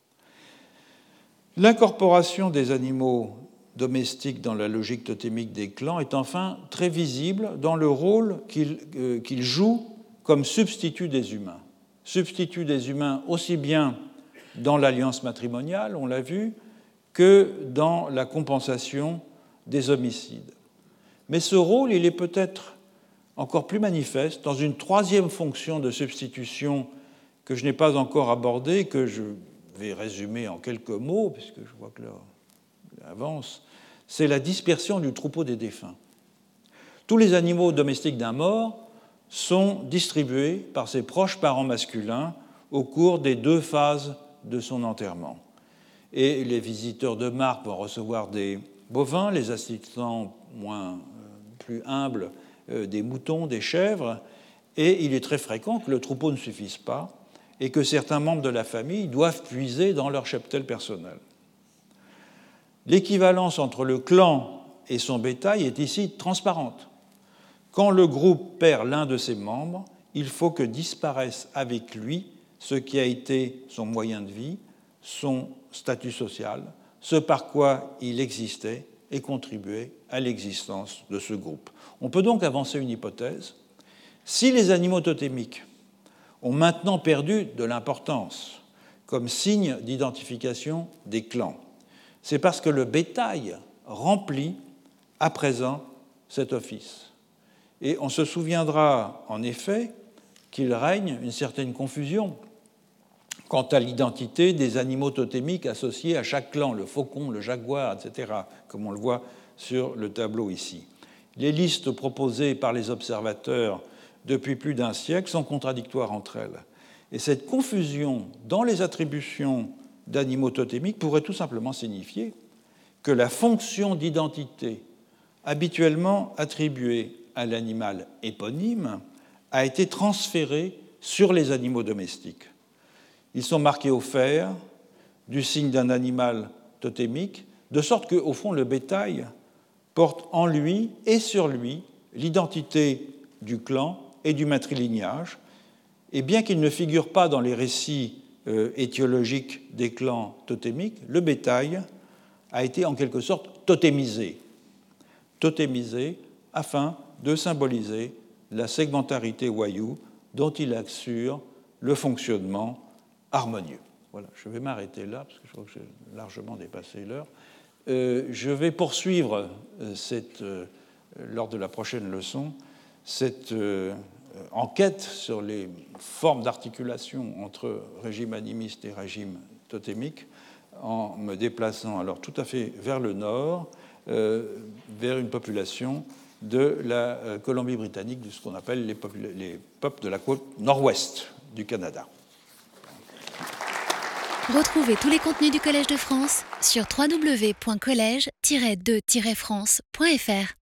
L'incorporation des animaux domestiques dans la logique totémique des clans est enfin très visible dans le rôle qu'ils jouent comme substitut des humains. Substitut des humains aussi bien dans l'alliance matrimoniale, on l'a vu, que dans la compensation des homicides. Mais ce rôle, il est peut-être encore plus manifeste dans une troisième fonction de substitution que je n'ai pas encore abordée, que je vais résumer en quelques mots, puisque je vois que l'heure avance, c'est la dispersion du troupeau des défunts. Tous les animaux domestiques d'un mort sont distribués par ses proches parents masculins au cours des 2 phases de son enterrement. Et les visiteurs de marque vont recevoir des bovins, les assistants plus humbles des moutons, des chèvres, et il est très fréquent que le troupeau ne suffise pas et que certains membres de la famille doivent puiser dans leur cheptel personnel. L'équivalence entre le clan et son bétail est ici transparente. Quand le groupe perd l'un de ses membres, il faut que disparaisse avec lui ce qui a été son moyen de vie, son statut social, ce par quoi il existait et contribuait à l'existence de ce groupe. On peut donc avancer une hypothèse. Si les animaux totémiques ont maintenant perdu de l'importance comme signe d'identification des clans, c'est parce que le bétail remplit à présent cet office. Et on se souviendra en effet qu'il règne une certaine confusion quant à l'identité des animaux totémiques associés à chaque clan, le faucon, le jaguar, etc., comme on le voit sur le tableau ici. Les listes proposées par les observateurs depuis plus d'un siècle sont contradictoires entre elles. Et cette confusion dans les attributions d'animaux totémiques pourrait tout simplement signifier que la fonction d'identité habituellement attribuée à l'animal éponyme a été transférée sur les animaux domestiques. Ils sont marqués au fer du signe d'un animal totémique, de sorte qu'au fond, le bétail porte en lui et sur lui l'identité du clan et du matrilignage, et bien qu'il ne figure pas dans les récits étiologiques des clans totémiques, le bétail a été en quelque sorte totémisé afin de symboliser la segmentarité wayuu dont il assure le fonctionnement harmonieux. Voilà, je vais m'arrêter là parce que je crois que j'ai largement dépassé l'heure. Je vais poursuivre lors de la prochaine leçon cette enquête sur les formes d'articulation entre régime animiste et régime totémique en me déplaçant alors tout à fait vers le nord, vers une population de la Colombie-Britannique, de ce qu'on appelle les peuples de la côte nord-ouest du Canada. Retrouvez tous les contenus du Collège de France sur www.collège-2-france.fr.